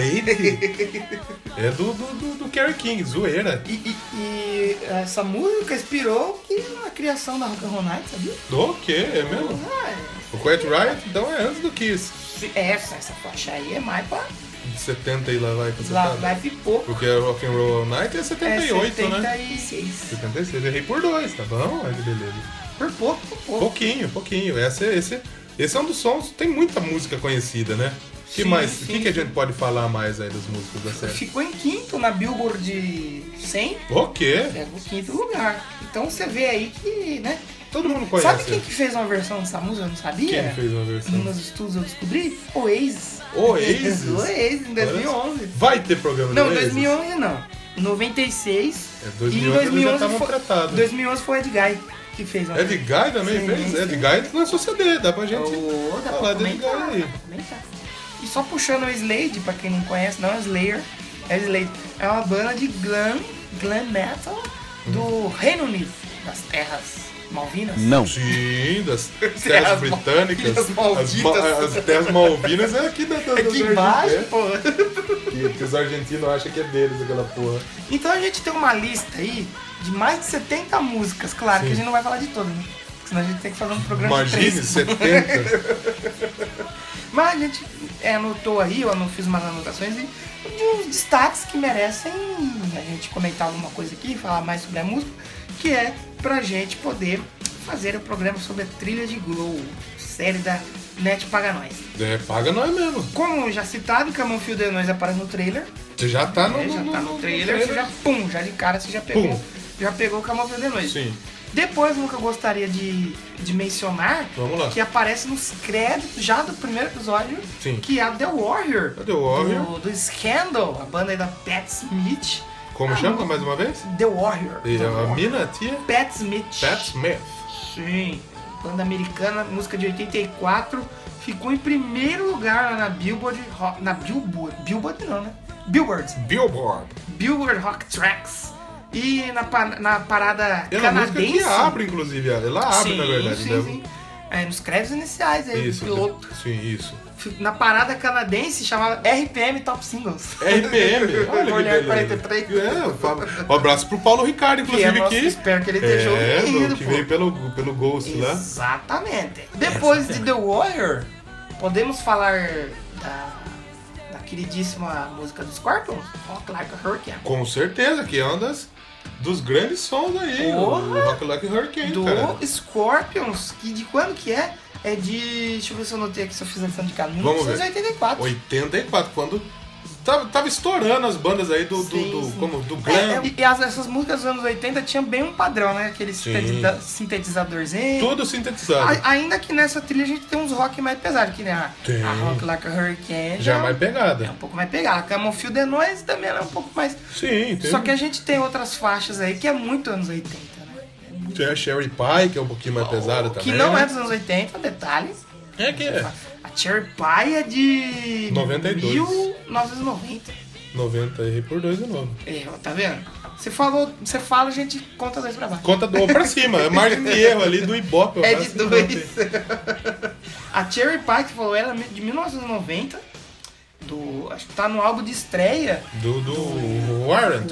É do Kerry King, zoeira. E essa música inspirou a criação da Rock and Roll Night, sabia? Do quê? É mesmo? O Quiet Riot, então, é antes do Kiss. Essa faixa aí é mais pra... 70 e lá vai pra 70. Lá vai pipoco. Porque a Rock and Roll Night é 78, né? 76. 76. Errei por 2, tá bom? Olha que beleza. Por pouco. Pouquinho. Esse é um dos sons, tem muita música conhecida, né? O que a gente pode falar mais aí das músicas da série? Ficou em quinto na Billboard 100. O quê? É o quinto lugar. Então você vê aí que, né? Todo mundo conhece. Sabe quem que fez uma versão dessa música? Eu não sabia. Quem fez uma versão? Nos estudos eu descobri. Oasis. Oasis, em 2011. Vai ter programa não, do Oasis? Não, 2011 não. Em 96. 2011 e em 2011 já estavam tratados. 2011 foi o Ed Guy que fez uma Ed Guy também fez? Ed Guy lançou CD, dá pra gente falar de Ed Guy aí. E só puxando o Slade, pra quem não conhece, não é Slayer, é Slade. É uma banda de glam metal do Reino Unido, das terras Malvinas? Não. Sim, das terras britânicas. As terras Malvinas é aqui da aqui embaixo, pô. Que os argentinos acham que é deles, aquela porra. Então a gente tem uma lista aí de mais de 70 músicas. Claro que a gente não vai falar de todas, né? Senão a gente tem que fazer um programa de 3. Imagine, 70. Mas a gente anotou aí, eu não fiz umas anotações de uns destaques que merecem a gente comentar alguma coisa aqui, falar mais sobre a música, que é pra gente poder fazer o programa sobre a trilha de Glow, série da Net Paga Nós. Paga nós mesmo. Como já citado, Come On Feel The Noise aparece no trailer. Você já tá no trailer, você já de cara você já pegou. Já pegou o Come On Feel The Noise. Sim. Depois, o que eu gostaria de mencionar, que aparece nos créditos já do primeiro episódio, que é a The Warrior. The Warrior. Do Scandal, a banda aí da Pat Smith. Como chama mais uma vez? The Warrior. E a mina, tia? Pat Smith. Pat Smith. Sim. Banda americana, música de 84. Ficou em primeiro lugar na Billboard. Billboard não, né? Billboard Rock Tracks. E na parada canadense. É música que abre, inclusive. Ela abre, na verdade. Sim. Nos créditos iniciais aí, do piloto. Sim, isso. Na parada canadense chamava RPM Top Singles. RPM? Olha que 43. Um abraço pro Paulo Ricardo, inclusive, aqui. Espero que ele esteja ouvindo. Que veio pelo Ghost lá. Exatamente. Depois de The Warrior, podemos falar da queridíssima música do Scorpions, Rock Like a Hurricane. Com certeza, que é uma dos grandes sons aí, o Rock Like a Hurricane, do cara. Scorpions, que de quando que é? É de... Deixa eu ver se eu notei aqui, se eu fiz a lição de casa. 1984. 84, quando tava estourando as bandas aí do glam. E essas músicas dos anos 80 tinham bem um padrão, né? Aquele sintetizadorzinho. Tudo sintetizado. Ainda que nessa trilha a gente tem uns rock mais pesados, que nem a Rock Like a Hurricane. Já é mais pegada. É um pouco mais pegada. A Come On Feel The Noise também é um pouco mais... Sim, tem. Só que a gente tem outras faixas aí que é muito anos 80. Tem a Cherry Pie, que é um pouquinho mais pesada também. Que não é dos anos 80, detalhe. É que é. A Cherry Pie é de... 92. 1990. 90, errei por 2 de novo. Tá vendo? Você fala, a gente conta 2 pra baixo. Conta 2 pra cima, é margem de erro ali do Ibope. É de 2. A Cherry Pie, que falou, ela é de 1990. Acho que tá no álbum de estreia do Warrant.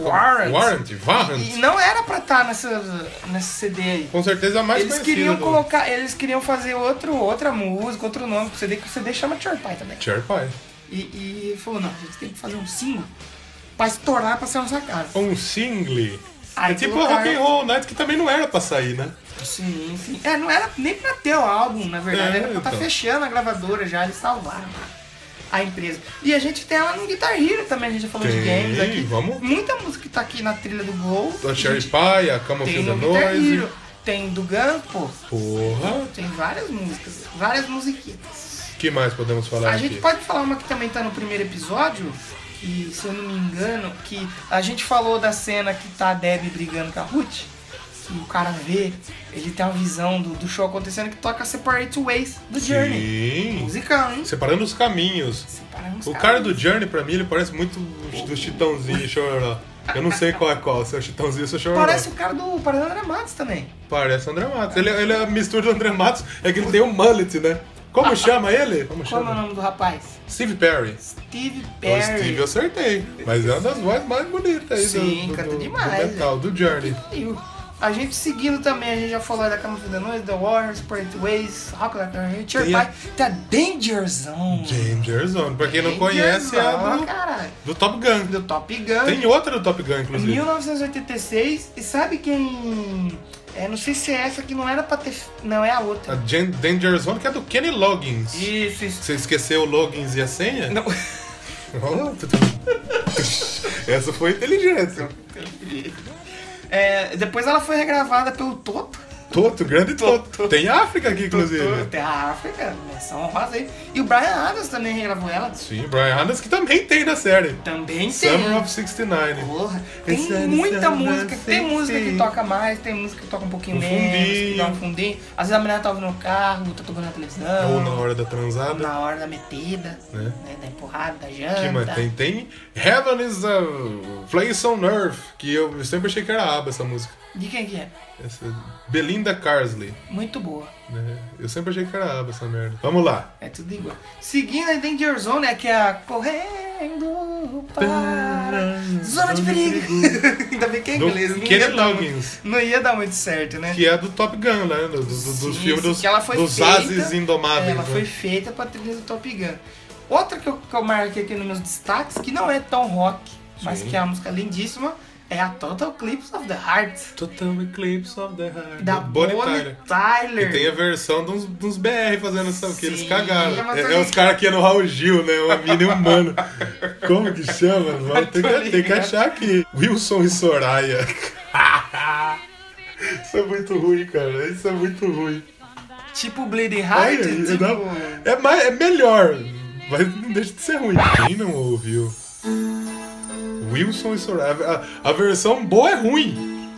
E não era pra estar nesse CD aí. Com certeza é mais conhecido. Eles queriam fazer outra música, outro nome pro CD, que o CD chama Cherry Pie também. Cherry Pie. E falou, não, a gente tem que fazer um single pra estourar pra ser nossa cara. Um single? É tipo a Rock and Roll Night, que também não era pra sair, né? Sim. Não era nem pra ter o álbum, na verdade. Era pra estar fechando a gravadora já, eles salvaram a empresa. E a gente tem ela no Guitar Hero também, a gente já falou de games aqui. Vamos. Muita música que tá aqui na trilha do Glow. A Cherry Pie, a Come On Feel The Noise. tem do Gun, pô. Porra! Tem várias músicas, várias musiquitas. O que mais podemos falar aqui? A gente pode falar uma que também tá no primeiro episódio, que, se eu não me engano, que a gente falou da cena que tá a Debbie brigando com a Ruth, que o cara vê, ele tem uma visão do show acontecendo que toca Separate Ways do Journey. Sim. Musical, hein? Separando os caminhos. O cara do Journey, pra mim, ele parece muito do Chitãozinho e Chororó. Eu não sei qual é qual, se é o Chitãozinho ou se é o Chororó. Parece o cara do André Matos também. Parece o André Matos. Ele é a mistura do André Matos, é que ele tem um mullet, né? Como chama ele? Como é o nome do rapaz? Steve Perry. Steve Perry. O Steve eu acertei. Mas é uma das vozes mais bonitas aí. Sim, canta demais. Do metal, do Journey. A gente seguindo também, a gente já falou da Cama da Noite, The Warriors, Separate Ways, Rock Like a Cheer Pie, da Danger Zone. Danger Zone, pra quem não conhece, é do Top Gun. Do Top Gun. Tem outra do Top Gun, inclusive. 1986, e sabe quem... não sei se é essa que não era pra ter... Não, é a outra. A Danger Zone, que é do Kenny Loggins. Isso. Você esqueceu o Loggins e a senha? Não. Essa foi inteligência. Depois ela foi regravada pelo Toto. Grande Toto. Tem África aqui, inclusive. Tem a África, menção honrosa aí. E o Bryan Adams também regravou ela. Sim, o Bryan Adams que também tem na série. Também tem. Summer of 69. Porra, tem muita música. Tem música que toca mais, tem música que toca um pouquinho menos, que dá um fundinho. Às vezes a mulher tá ouvindo no carro, tá tocando na televisão. Ou na hora da transada. Ou na hora da metida, né? Da empurrada, da janta. Que mais? Tem Heaven is a Place on Earth, que eu sempre achei que era ABBA essa música. De quem que é? Essa Belinda Carsley. Muito boa. Eu sempre achei que era ABBA essa merda. Vamos lá. É tudo igual. Seguindo a Danger Zone, que é a Correndo para Zona de Perigo. Ainda bem que é inglês. Kenny Loggins. Não ia dar muito certo, né? Que é do Top Gun, né? Dos filmes dos Ases Indomáveis. Ela foi feita pra trilha do Top Gun. Outra que eu marquei aqui nos meus destaques, que não é tão rock, mas que é uma música lindíssima, é a Total Eclipse of the Heart. Total Eclipse of the Heart. Da Bonnie Tyler. E tem a versão dos BR fazendo essa, que eles cagaram. É os caras que iam no Raul Gil, né? Uma mina humana. Como que chama? Tem que achar aqui. Wilson e Soraya. Isso é muito ruim, cara. Isso é muito ruim. Tipo Bleeding Heart? É melhor. Mas não deixa de ser ruim. Quem não ouviu? Wilson e Soraya. A versão boa é ruim.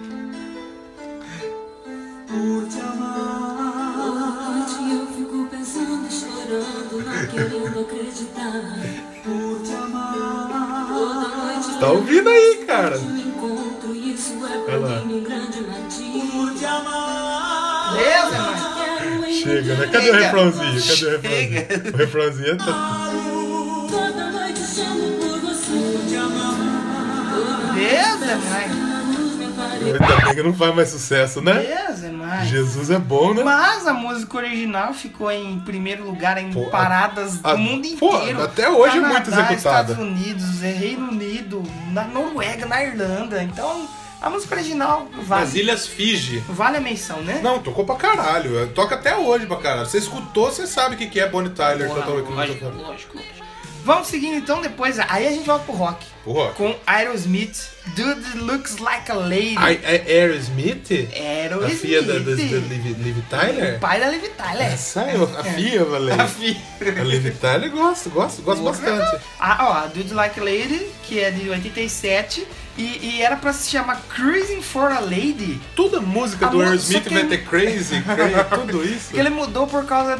Por te amar, eu fico pensando, chorando, não querendo acreditar. Por te amar, toda noite. Tá ouvindo aí, cara? Olha lá. Por te amar. Beleza, mano. Chega, né? Cadê o refrãozinho? O refrãozinho tá... Toda noite chamo por você. Te amar. Beleza, mãe. Ainda bem que não faz mais sucesso, né? Beleza, mãe. Jesus é bom, né? Mas a música original ficou em primeiro lugar em paradas do mundo inteiro. Até hoje Canadá, é muito executada. Estados Unidos, Reino Unido, na Noruega, na Irlanda. Então, a música original vale. Nas Ilhas Fiji. Vale a menção, né? Não, tocou pra caralho. Toca até hoje pra caralho. Você escutou, você sabe o que é Bonnie Tyler. Lógico. Vamos seguindo então depois. Aí a gente volta pro rock. Com Aerosmith, Dude Looks Like a Lady. Aerosmith? Aerosmith. A filha da Liv Tyler? O pai da Liv Tyler. Essa é a filha, valeu. A filha. A Liv Tyler gosto bastante. A Dude Like a Lady, que é de 87. E era pra se chamar Cruising for a Lady. Toda música do Aerosmith vai ter crazy, tudo isso. Que ele mudou por causa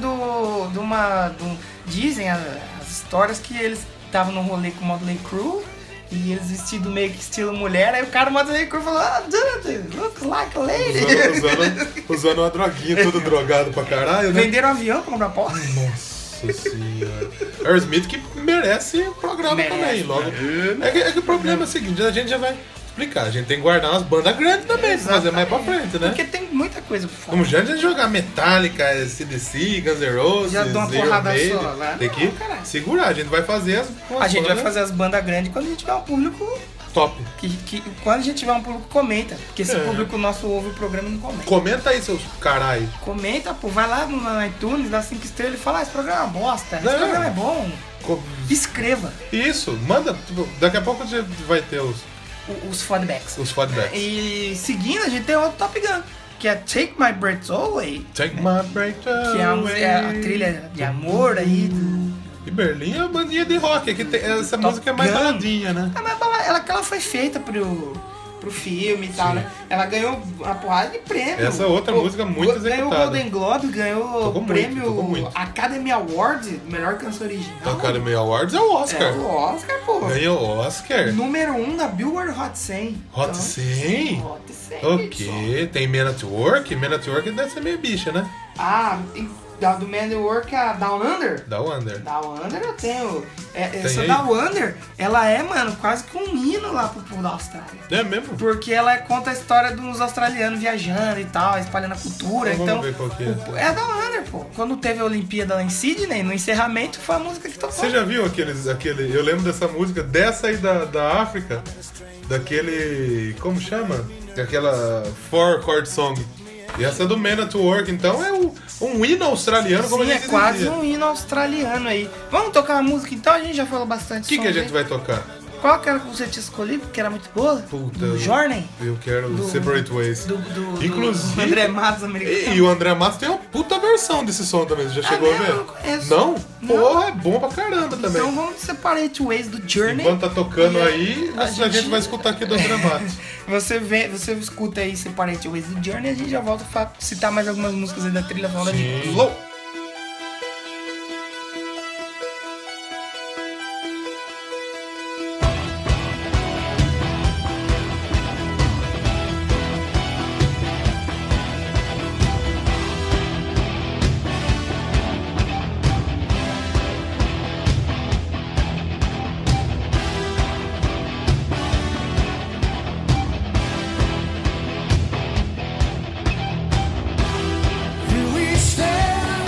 dizem as histórias que eles estavam num rolê com o Motley Crue e eles vestidos meio que estilo mulher. Aí o cara do Motley Crue falou: dude, looks like a lady. Usando uma droguinha, todo drogado pra caralho, né? Venderam um avião pra comprar pó. Nossa senhora. Aerosmith que merece o programa também. Logo. É que o problema é o seguinte: a gente já vai explicar. A gente tem que guardar umas bandas grandes também, pra fazer mais pra frente, né? Porque tem muita coisa pra falar. Como já a gente jogar Metallica, CDC, Guns N' Roses, já dou uma porrada só, né? Tem que segurar. A gente vai fazer as bandas grandes quando a gente tiver um público top. Quando a gente tiver um público, comenta. Porque esse público nosso ouve o programa e não comenta. Comenta aí, seus caralho. Comenta, pô. Vai lá no iTunes, dá 5 estrelas e fala: esse programa é uma bosta. Esse programa é bom. Escreva. Isso, manda. Daqui a pouco a gente vai ter os feedbacks. Os feedbacks. E seguindo, a gente tem outro Top Gun. que é Take My Breath Away. Take My Breath Away. Que é a trilha de amor aí. E Berlim é uma bandinha de rock, que tem, essa música é mais baladinha, né? Ela foi feita pro filme e tal, né? Ela ganhou uma porrada de prêmio. Essa outra música muito executada. Ganhou o Golden Globe, ganhou o prêmio muito. Academy Award, melhor canção original. Academy Awards é o Oscar. É o Oscar, pô. Ganhou o Oscar. Número 1 da Billboard Hot 100. Hot 100? Hot 100. Ok, tem Man at Work. Man at Work deve ser meio bicha, né? Do Man at Work, a Down Under? Down Under. Down Under eu tenho. Essa Down Under, ela é, mano, quase que um hino lá pro povo da Austrália. É mesmo? Porque ela conta a história de uns australianos viajando e tal, espalhando a cultura. Então, então vamos ver qual que é. É a Down Under, pô. Quando teve a Olimpíada lá em Sydney, no encerramento, foi a música que tocou. Você já viu aquele... Eu lembro dessa música, dessa aí da África, daquele... Como chama? Daquela 4-chord song. E essa é do Man at Work, então é um hino australiano, como a gente dizia. É quase um hino australiano aí. Vamos tocar uma música então? A gente já falou bastante. O que a gente vai tocar? Qual que era que você tinha escolhido, que era muito boa? Puta, do Journey? Eu quero Separate Ways. Inclusive, do André Matos americano. E o André Matos tem uma puta versão desse som também. Você já chegou a ver? Eu não conheço. Não? Porra, é bom pra caramba também. Então vamos Separate Ways do Journey. Enquanto tá tocando aí, a gente vai escutar aqui do André Matos. Você escuta aí Separate Ways do Journey e a gente já volta pra citar mais algumas músicas aí da trilha sonora de Glow. We stand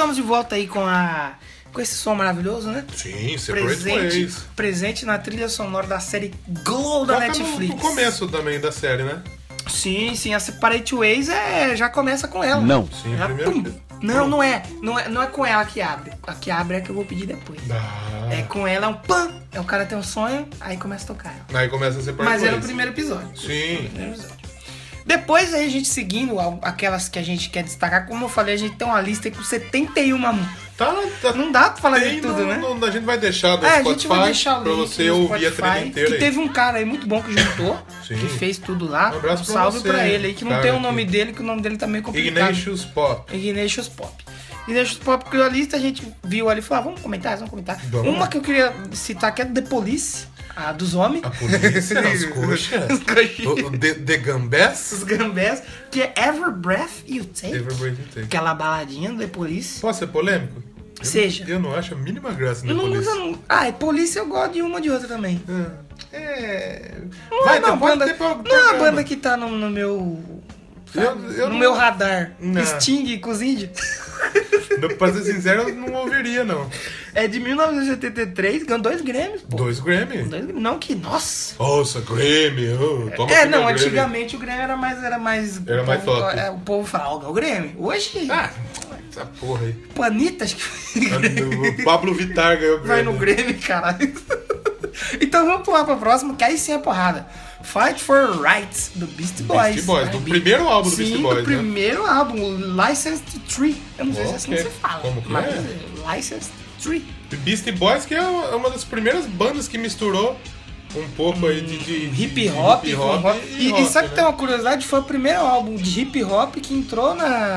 estamos de volta aí com esse som maravilhoso, né? Sim, Separate Ways. Presente na trilha sonora da série Glow da Netflix. No começo também da série, né? Sim, a Separate Ways já começa com ela. Não. Sim, primeiro. Não é com ela que abre. A que abre é a que eu vou pedir depois. É com ela, é um pam. O cara tem um sonho, aí começa a tocar. Aí começa a Separate Ways. Mas é no primeiro episódio. Sim. Depois aí a gente seguindo aquelas que a gente quer destacar, como eu falei, a gente tem uma lista aí com 71 músicas. Não dá pra falar de tudo, né? A gente vai deixar do a Spotify gente vai deixar o pra link você no ouvir Spotify, a trilha inteira. que aí. teve um cara aí muito bom que juntou, Sim. que fez tudo lá. Um abraço pra salve você, pra ele aí, que não cara, tem o nome dele, que o nome dele tá meio complicado. Ignatius Pop. Ignatius Pop criou a lista, a gente viu ali e falou, vamos comentar. Vamos Uma lá. que eu queria citar aqui é do The Police, a dos homens. A polícia, as coxas. The Gambés. Os gambés, que é Every Breath You Take. Every Breath You Take. Aquela baladinha do The Police. Posso ser polêmico? Seja. Eu não acho a mínima graça Eu no não polícia. uso. Police eu gosto de uma de outra também. Não Vai é uma ter, pode banda, ter não é uma programa. banda que tá no meu. Eu no não- meu radar. Não. Sting com os índios. Pra ser sincero, eu não ouviria, não. É de 1983, ganhou 2 Grêmios, pô. 2 Grammy? Não que, nossa. Nossa, Grammy. Toma aqui Não, meu Grammy. antigamente o Grêmio era mais Era mais o povo, top. o povo falava, o Grêmio. Hoje, Essa porra aí. Panitas que O Pablo Vittar ganhou o Grammy. vai no Grêmio, caralho. Então vamos pular pra próxima, que aí sim é porrada. Fight for Rights, do Beastie Boys. Beastie Boys, do primeiro álbum do Sim, Beastie Boys, do primeiro álbum, Licensed Tree. Eu não sei se é assim que se fala. Como que mas é? Licensed Tree. Beastie Boys, que é uma das primeiras bandas que misturou um pouco aí de Hip hop, hip com hop rock. E rock, sabe que né? tem uma curiosidade? Foi o primeiro álbum de hip hop que entrou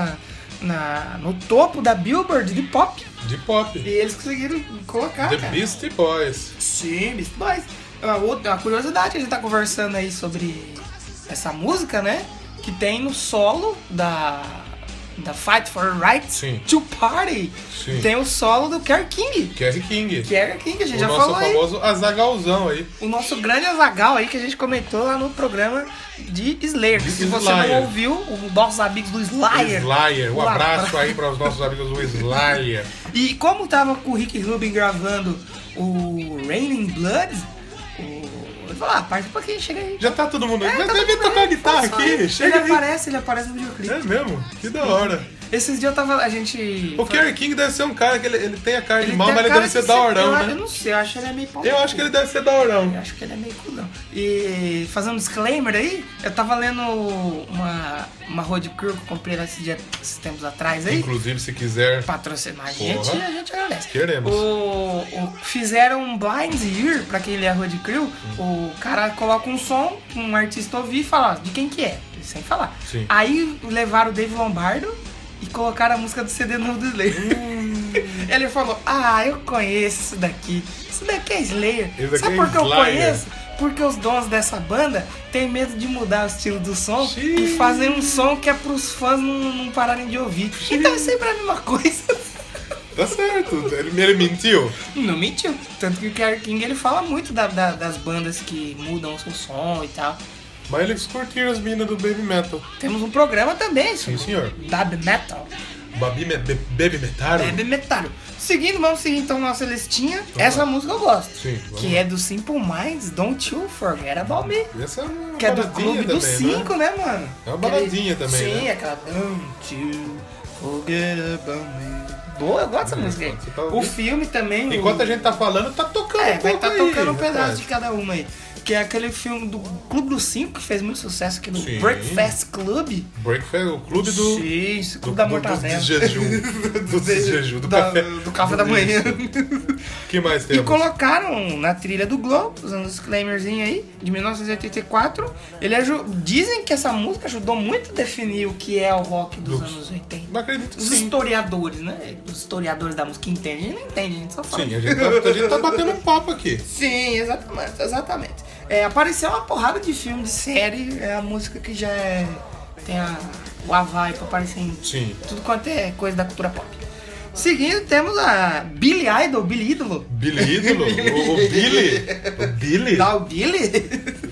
no topo da Billboard de pop. De pop. E eles conseguiram colocar, The cara. Beastie Boys. Sim, Beastie Boys. Uma curiosidade, a gente tá conversando aí sobre essa música, né? Que tem no solo da Fight for Rights Sim. to Party. Sim. Tem o solo do Kerry King. Kerry King. Kerry King, a gente O já nosso falou aí. famoso Azagalzão aí. O nosso grande Azaghal aí que a gente comentou lá no programa de Slayer. De Se você Slayer. não ouviu, os nossos amigos do Slayer. Slayer. Um abraço aí para os nossos amigos do Slayer. E como tava com o Rick Rubin gravando o Raining Blood, ele falou, parte pra quem chega aí. Já tá todo mundo. Já tá deve tudo tocar bem, guitarra pode aqui. falar. Chega aí. Ele aparece no videoclipe. É mesmo? Que da hora. Esses dias a gente... O Kerry King deve ser um cara que ele tem a cara de mal, tem mas a ele cara deve ser de daorão, eu né? não sei, eu acho que ele é meio pau. Eu acho que ele deve ser daorão. Eu acho que ele é meio cuzão. E fazendo um disclaimer aí, eu tava lendo uma road crew que eu comprei esses tempos atrás aí. Inclusive, se quiser, Patrocinar a Porra. gente, a gente agradece. Queremos. Fizeram um blind ear pra quem lê a road crew. O cara coloca um som, um artista ouvir e fala de quem que é, sem falar. Sim. Aí levaram o Dave Lombardo e colocaram a música do CD novo do Slayer. Ele falou, eu conheço isso daqui. Isso daqui é Slayer. Isso daqui Sabe é por que eu Slayer. conheço? Porque os donos dessa banda têm medo de mudar o estilo do som Xiii. e fazem um som que é pros fãs não pararem de ouvir. Então é sempre a mesma coisa. tá certo. Ele mentiu. Não mentiu. Tanto que o Kerry King ele fala muito das bandas que mudam o seu som e tal. Mas eles curtiram as minas do Baby Metal. Temos um programa também, Sim, senhor. Dub Metal. Baby Metal? Baby Metal. Vamos seguir então nossa listinha. Essa música eu gosto. Sim, vamos Que lá. é do Simple Minds, Don't You Forget About Me. Essa é uma Que é do baladinha Clube dos também, 5, né, mano? É uma baladinha também, Sim, né? aquela Don't You Forget About Me. Boa, eu gosto dessa música aí. você tá O ouvindo? filme também. Enquanto a gente tá falando, tá tocando um vai pouco estar aí, tocando um pedaço rapaz. de cada uma aí. Que é aquele filme do Clube dos 5, que fez muito sucesso aqui no Sim. Breakfast Club. Breakfast, o clube do... Sim, esse Clube da Mortadela. Do jejum. Do jejum, do café. Do café da manhã. O que mais E temos? colocaram na trilha do Globo, usando um disclaimerzinho aí, de 1984. Dizem que essa música ajudou muito a definir o que é o rock dos anos 80. Não acredito que Os sim. historiadores, né? Os historiadores da música entendem. A gente não entende, a gente só fala. Sim, a gente tá batendo um papo aqui. Sim, exatamente. Apareceu uma porrada de filme, de série, é a música que já tem o Havaí pra aparecer em Sim. tudo quanto é coisa da cultura pop. Seguindo, temos a Billy Ídolo. Billy Ídolo? O Billy? O Billy? Dá o Billy?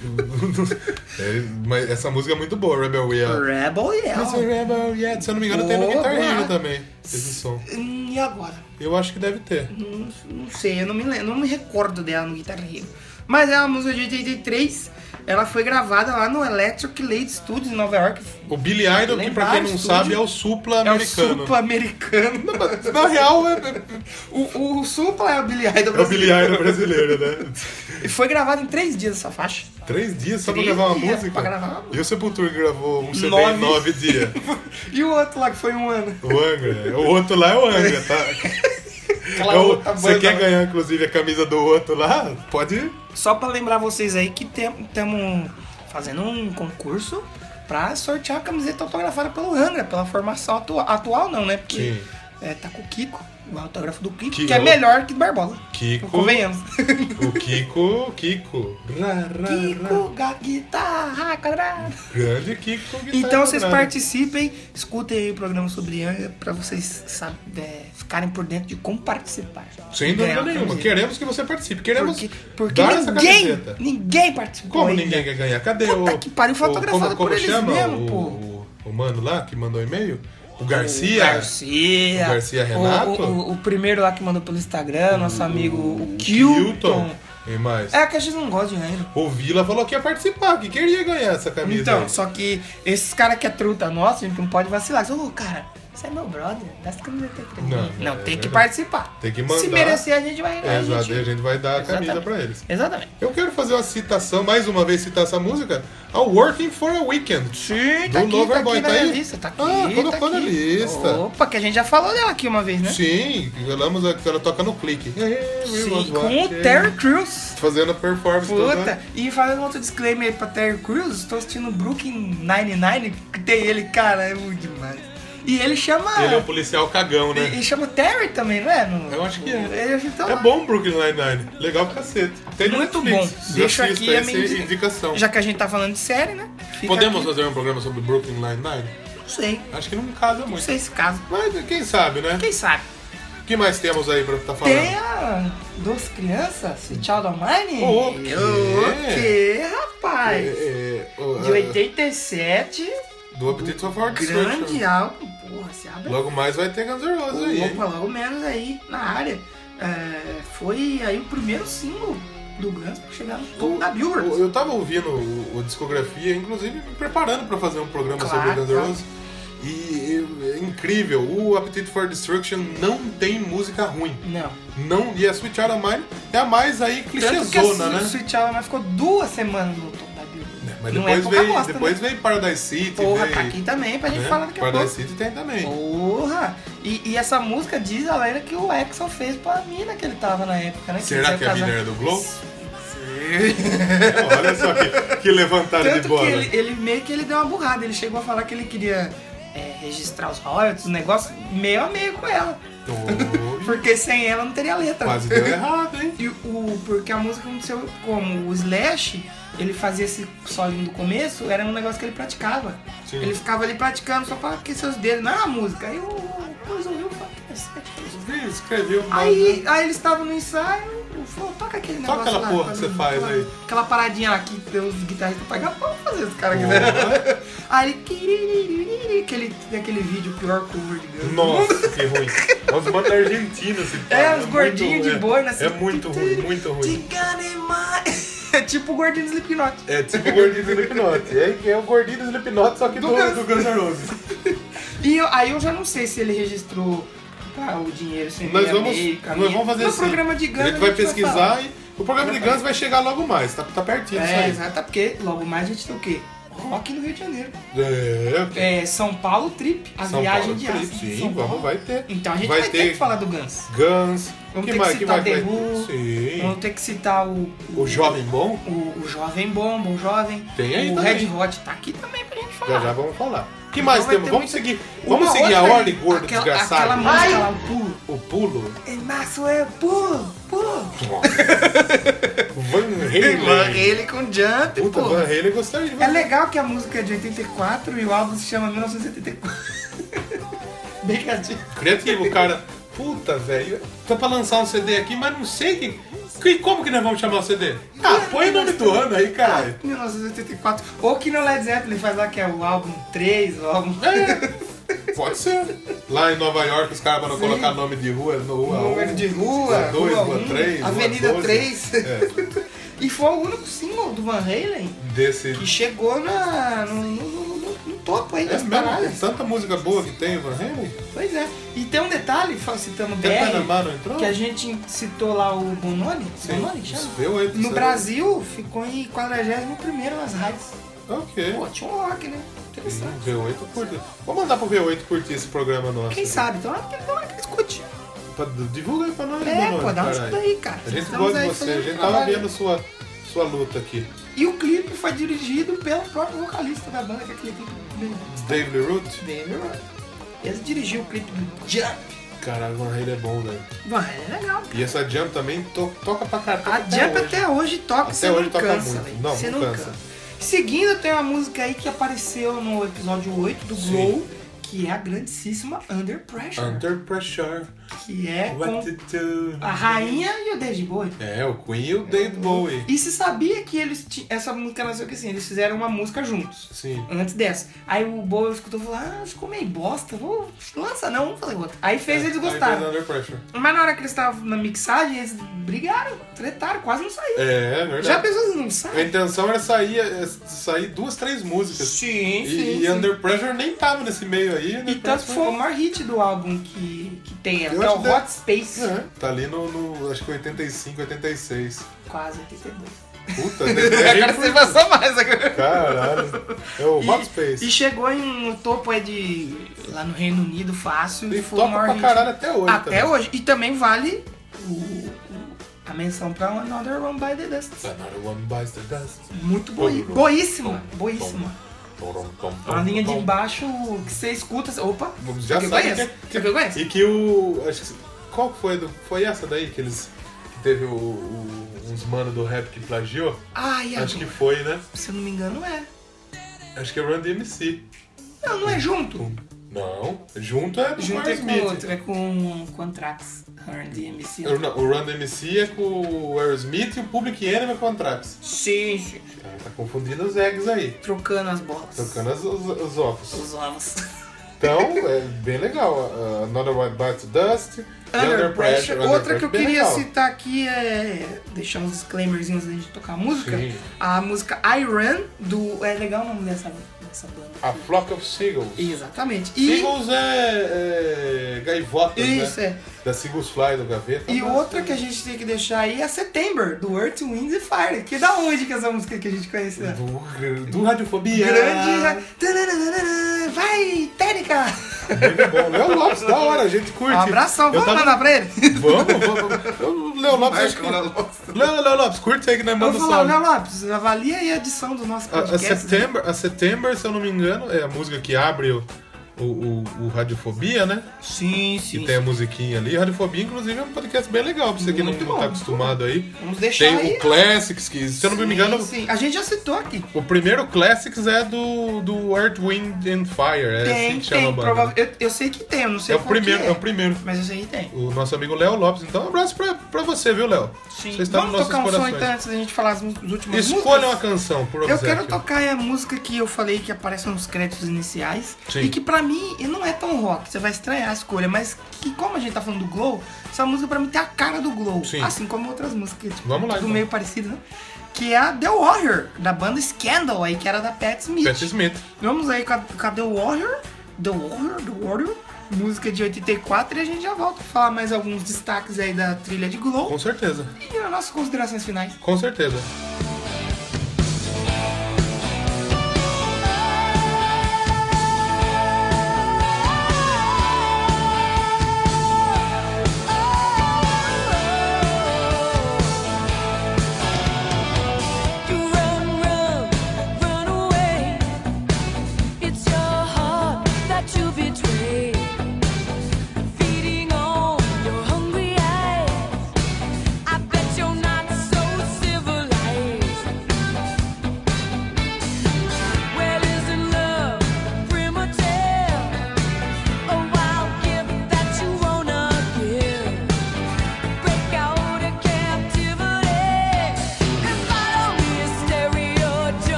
Mas essa música é muito boa, Rebel Yell. Rebel Yell. Se eu não me engano, tem no Guitar Hero também, esse som. E agora? Eu acho que deve ter. Não sei, eu não me recordo dela no Guitar Hero. Mas é uma música de 83. Ela foi gravada lá no Electric Light Studios em Nova York. O Billy Idol, que pra quem não sabe, é o Supla americano. É o Supla americano. Na real, o Supla é o Billy Idol brasileiro. É o Billy Idol brasileiro, né? E foi gravado em 3 dias essa faixa. 3 dias só pra gravar uma música? Pra gravar uma música. E o Sepultura gravou um CD em 9 dias. E o outro lá que foi um ano? O Angra. O outro lá é o Angra, tá? Você quer ganhar, inclusive, a camisa do outro lá? Pode ir. Só pra lembrar vocês aí que estamos fazendo um concurso pra sortear a camiseta autografada pelo Angra, pela formação atual não, né? Porque tá com o Kiko, o autógrafo do Kiko, que é melhor que do Barbosa. Kiko. Convenhamos. O Kiko. Kiko, guitarra quadrada. Grande Kiko, guitarra Então vocês quadrada. participem, escutem aí o programa sobre Angra pra vocês ficarem por dentro de como participar. Sem dúvida nenhuma. Queremos que você participe. Queremos porque dar essa camiseta. Ninguém participou. Como ainda. ninguém quer ganhar? Cadê Puta que pariu, foi autografado por eles chama mesmo, pô. O mano lá que mandou e-mail? O Garcia. O Garcia Renato. O primeiro lá que mandou pelo Instagram, nosso amigo o Kilton. E mais? É que a gente não gosta de Angra. O Vila falou que ia participar, que queria ganhar essa camisa. Então, aí. só que esses caras que é truta nossa, a gente não pode vacilar. Ô, cara, você é meu brother, dá essa camiseta aqui. Não, tem que participar. Tem que mandar. Se merecer, a gente vai ganhar. Exato, a gente vai dar a camisa pra eles. Exatamente. Eu quero fazer uma citação, mais uma vez citar essa música, ao Working for a Weekend. Sim, do Loverboy, tá aí? Lista, tá aqui, colocou na lista. Opa, que a gente já falou dela aqui uma vez, né? Sim, falamos que ela toca no clique. Sim, com o Terry Crews. Fazendo a performance toda. E fazendo outro disclaimer aí pra Terry Crews, estou assistindo Brooklyn Nine-Nine, que tem ele, cara, é muito demais. E ele chama... Ele é um policial cagão, né? Ele chama Terry também, não é? Eu acho que é. Então, é bom Brooklyn Nine-Nine. Legal pra cacete. Tem muito Netflix. bom. Deixa aqui a minha indicação. Já que a gente tá falando de série, né? Podemos fazer um programa sobre Brooklyn Nine-Nine? Não sei. Acho que não casa muito. Não sei se casa. Mas quem sabe, né? Quem sabe? O que mais temos aí pra estar falando? Tem a Duas Crianças, Sweet Child of Mine. O quê, rapaz? De 87. Do Appetite for Destruction. Grande álbum, porra, se abre. Logo mais vai ter Guns N' Roses aí. Opa, logo menos aí na área. Foi aí o primeiro single do Guns pra chegar no topo da Billboard. Eu tava ouvindo a discografia, inclusive me preparando pra fazer um programa sobre Guns N' Roses. E é incrível, o Appetite for Destruction não tem música ruim. Não. E a Sweet Child of Mine é a mais aí clichêzona, né? O Sweet Child of Mine ficou 2 semanas no topo da Billboard. Mas não depois veio Paradise City. Porra, tá aqui também pra gente falar daqui a pouco. Paradise City tem também. Porra! E essa música diz a lenda que o Axl fez pra mina que ele tava na época, né? Será que a mina era do Glow? Olha só que levantada Tanto de bola. Que ele meio que ele deu uma burrada. Ele chegou a falar que ele queria registrar os royalties, os negócios meio a meio com ela. Porque sem ela não teria letra. Quase deu errado, hein? Porque a música aconteceu como o Slash, ele fazia esse solinho do começo, era um negócio que ele praticava. Sim. Ele ficava ali praticando só pra aquecer os dedos, não era a música. Aí o Cruz ouviu e escreveu. Aí eles estavam no ensaio, falou, toca aquele negócio aquela lá. Porra que você faz aí. Aquela paradinha lá que os guitarristas pagam pra fazer os caras aqui, né? Aí aquele vídeo, o pior cover de Guns. Nossa, que ruim. Os bandas argentinas. Os gordinhos de boi, né? É muito ruim, muito ruim. É tipo o gordinho do Slipknot. É tipo o gordinho do Slipknot. É o gordinho do Slipknot, só que do Guns N' Roses. E aí eu já não sei se ele registrou o dinheiro sem nós vamos fazer no programa de Guns. A gente vai pesquisar e o programa de Guns vai chegar logo mais. Tá pertinho isso aí. Exato, porque logo mais a gente tem o quê? Rock no Rio de Janeiro. São Paulo Trip, a São viagem Paulo de Trip, aço. sim, vai ter. Então a gente vai ter que falar do Guns. Vamos ter que citar The Who. Vamos ter que citar o Jovem Bom. O Jovem Bom Jovem. Tem aí o também. Red Hot tá aqui também pra gente falar. Já vamos falar. O que mais temos? Vamos seguir a ordem, gordo desgraçado. Aquela música lá, o pulo. É março, pulo. Van Halen com Jump, Puta, pô. Van Halen gostaria de ver. É legal que a música é de 84 e o álbum se chama 1974. Bem criativo. Criativo, cara. Puta, velho. Tô pra lançar um CD aqui, mas não sei que... E como que nós vamos chamar o CD? Ah, põe o nome do ano aí, caralho. 1984. Ou que no Led Zeppelin faz lá que é o álbum 3, o álbum... Pode ser. Lá em Nova York os caras vão colocar nome de rua no rua 1. Número de rua, 2, rua rua 3, Avenida rua 3. E foi o único single do Van Halen que chegou no topo aí das paradas. Tem tanta música boa que tem o Van Halen. Pois é. E tem um detalhe, citando BR, que a gente citou lá o Bononi. Bononi que chama? No Brasil ficou em 41º nas rádios. Ok. Pô, tinha um rock, né? Interessante. V8 curte. Vamos mandar pro V8 curtir esse programa nosso. Quem sabe? Então dá uma que escute. Divulga aí pra nós, pô, dá uma escuta aí, cara. A gente gosta de você, a gente tava vendo sua luta aqui. E o clipe foi dirigido pelo próprio vocalista da banda, que é aquele clipe David Root? David Root. Ele dirigiu o clipe do Jump. Caralho, o Van Halen é bom, velho. Van Halen é legal. E essa Jump também toca pra caralho. A Jump até hoje toca, você não cansa, velho. Você não cansa. Seguindo, tem uma música aí que apareceu no episódio 8 do Glow, que é a grandíssima Under Pressure. Under Pressure. Que é com a rainha e o David Bowie. É, o Queen e o David Bowie. E se sabia que eles essa música nasceu que assim, eles fizeram uma música juntos. Sim. Antes dessa. Aí o Bowie escutou e falou, ficou meio bosta, lança não, vamos fazer outra. Aí fez eles gostaram. Under Pressure. Mas na hora que eles estavam na mixagem, eles brigaram, tretaram, quase não saíram. É verdade. Já pensou não saem? A intenção era sair 2, 3 músicas. Sim. E Under Pressure nem tava nesse meio aí. E tanto foi o maior hit do álbum que tem, que é o Hot Space. Tá ali no acho que 85, 86. Quase 82. Puta, agora você passou mais agora. Caralho. É o Hot Space. E chegou em um topo aí lá no Reino Unido fácil. E toca pra caralho até hoje. Até hoje. E também vale a menção pra Another One by the Dust. Another One Bites the Dust. Muito boíssima. A linha de baixo que você escuta. Opa! Já sabe que eu conheço. E que acho que, qual foi? Foi essa daí que eles. Que teve uns manos do rap que plagiou? Acho que foi, né? Se eu não me engano, é. Acho que é Run DMC. Não é junto. Não, junto é do Junto Aerosmith. Com outro, é com Anthrax. Run DMC. O Run DMC é com o Aerosmith e o Public Enemy é com o Anthrax. Sim. Tá confundindo os eggs aí. Trocando as bolas. Trocando os ovos. Os ovos. Então, é bem legal. Another One Bites the Dust. Under Pressure. Outra que eu queria citar aqui é deixar uns disclaimerzinhos antes de tocar a música. Sim. A música I Run do... É legal o nome dessa banda. A Flock of Seagulls. Exatamente. Seagulls é gaivotas, isso, né? Da Seagulls Fly do Gaveta. E outra que a gente tem que deixar aí é September, do Earth, Wind and Fire. Que da onde que é essa música que a gente conhece? Do Radiofobia. Grande... Vai, Térica! Muito bom. Léo Lopes, da hora, a gente curte. Um abração, vamos mandar pra ele? Vamos. Léo Lopes, Léo Lopes, curte aí que nós mandamos salve. Léo Lopes, avalia aí a edição do nosso podcast. A September, se eu não me engano, é a música que abre o Radiofobia, né? Sim. E tem a musiquinha ali. Radiofobia, inclusive, é um podcast bem legal, pra você que não tá acostumado aí. Vamos deixar aí. Tem o Classics, que se eu não me engano... Sim, a gente já citou aqui. O primeiro Classics é do Earth, Wind and Fire. Assim que chama a banda. Eu sei que tem, eu não sei o primeiro. É o primeiro. Mas eu sei que tem. O nosso amigo Léo Lopes. Então, um abraço pra você, viu, Léo? Sim. Você está Vamos nos tocar nossos um som então antes da gente falar as últimas músicas? Escolha uma canção, por exemplo. Eu quero tocar a música que eu falei que aparece nos créditos iniciais. Sim. E que pra mim não é tão rock, você vai estranhar a escolha, mas que como a gente tá falando do Glow, essa música pra mim tem a cara do Glow. Sim. Assim como outras músicas, tipo, vamos lá, tudo então. meio parecido, né? Que é a The Warrior, da banda Scandal, aí, que era da Pat Smith. Vamos aí com a The Warrior, música de 84, e a gente já volta pra falar mais alguns destaques aí da trilha de Glow. Com certeza. E as nossas considerações finais. Com certeza. I bet you're not so civilized.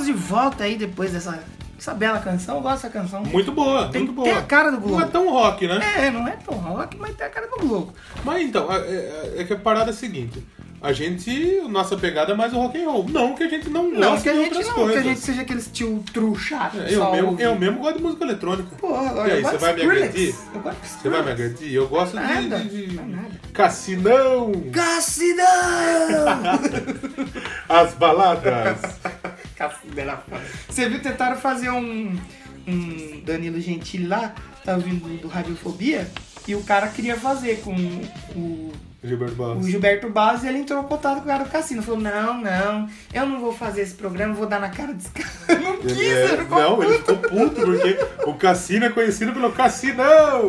Estamos de volta aí depois dessa bela canção. Eu gosto dessa canção. Muito boa, tem, muito boa. Tem a cara do Globo. Não é tão rock, né? Não é tão rock, mas tem a cara do Globo. Mas então, é que a parada é a seguinte. Nossa pegada é mais o rock and roll. Não que a gente não goste de outras coisas. Não que a gente seja aquele tio true chato. Eu mesmo gosto de música eletrônica. Porra, e aí, você vai me agredir? Você vai me agredir? Eu gosto de... Cassinão! As baladas! Você viu, tentaram fazer um Danilo Gentili lá, tava vindo do Radiofobia, e o cara queria fazer com o Gilberto Barros, e ele entrou em contato com o cara do Cassino. Falou, não, eu não vou fazer esse programa, vou dar na cara desse cara. Não quis, ele ficou puto, porque o Cassino é conhecido pelo Cassinão!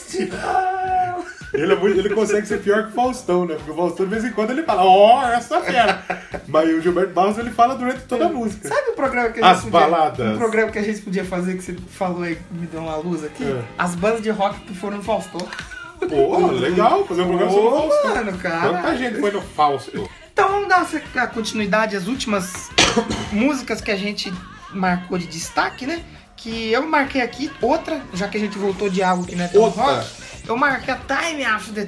Ele consegue ser pior que o Faustão, né? Porque o Faustão, de vez em quando, ele fala, essa fera! Mas o Gilberto Barros, ele fala durante toda a música. Sabe o programa que baladas. Um programa que a gente podia fazer, que você falou aí, me deu uma luz aqui? As bandas de rock que foram no Faustão. Pô, legal, fazer um programa sobre o Faustão. Mano, cara. Quanta gente foi no Fausto? Então vamos dar a continuidade às últimas músicas que a gente marcou de destaque, né? Que eu marquei aqui outra, já que a gente voltou de algo que não é tão rock. Eu marquei a Time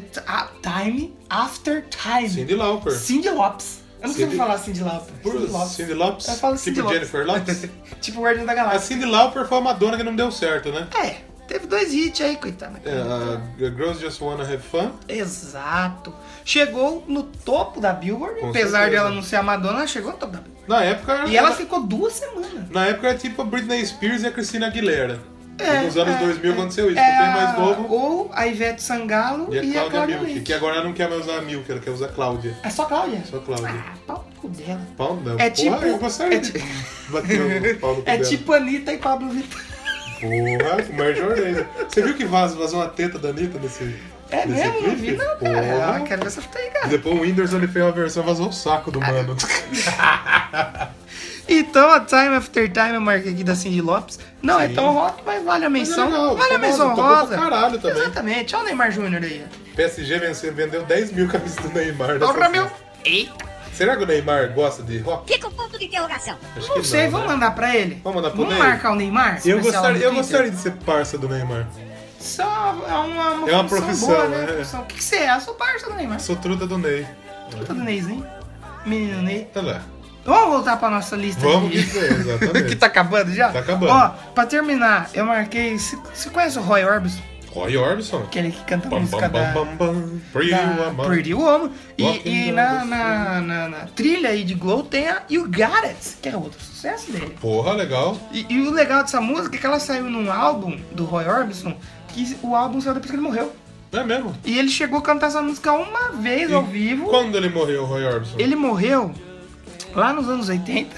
After Time. Cyndi Lauper. Cyndi Lopes. Eu não sei falar Cyndi Lauper. Cyndi Lopes? Eu falo tipo Jennifer Lopes? Tipo Guardião da Galáxia. A Cyndi Lauper foi uma Madonna que não deu certo, né? Teve 2 hits aí, coitada. Girls Just Wanna Have Fun. Exato. Chegou no topo da Billboard, apesar dela não ser a Madonna, ela chegou no topo da Billboard. Na época... E ela ficou 2 semanas. Na época era tipo a Britney Spears e a Christina Aguilera. Nos anos 2000 aconteceu isso, bem mais novo. Ou a Ivete Sangalo e a Cláudia Milk, que agora ela não quer mais usar a Milk, ela quer usar a Cláudia. É só Cláudia? Só Cláudia. Pau no cu dela. Pau não. Eu gostaria de bater o pau no cu dela. Tipo Anitta e Pablo Vittar. Porra, o maior jornalista. Você viu que vazou uma teta da Anitta nesse mesmo? clipe? Não vi não, cara. Quero ver essa fita aí, cara. Depois o Whindersson ele fez uma versão, vazou o saco do mano. Então, a Time After Time eu marquei aqui da Cyndi Lopes. Não é tão rock, mas vale a menção. Vale a menção rosa. Caralho também. Exatamente. Olha o Neymar Júnior aí. PSG vendeu 10 mil camisas do Neymar. Porra, meu. Eita. Será que o Neymar gosta de rock? Fica o ponto de interrogação. Não sei, vamos mandar pra ele? Vamos mandar pro Neymar? Vamos marcar o Neymar? Eu gostaria de ser parça do Neymar. Só é uma profissão, boa, né? O que você é? Eu sou parça do Neymar. Sou truta do Ney. Truta do Neyzinho? Menino Ney. Tá lá. Vamos voltar pra nossa lista Vamos, exatamente. Que tá acabando já? Tá acabando. Ó, pra terminar, eu marquei... Você conhece o Roy Orbison? Roy Orbison? Aquele que canta a música Pretty Woman. E na trilha aí de Glow tem a You Got It, que é outro sucesso dele. Porra, legal. E o legal dessa música é que ela saiu num álbum do Roy Orbison, que o álbum saiu depois que ele morreu. É mesmo? E ele chegou a cantar essa música uma vez ao vivo. Quando ele morreu, o Roy Orbison? Ele morreu lá nos anos 80.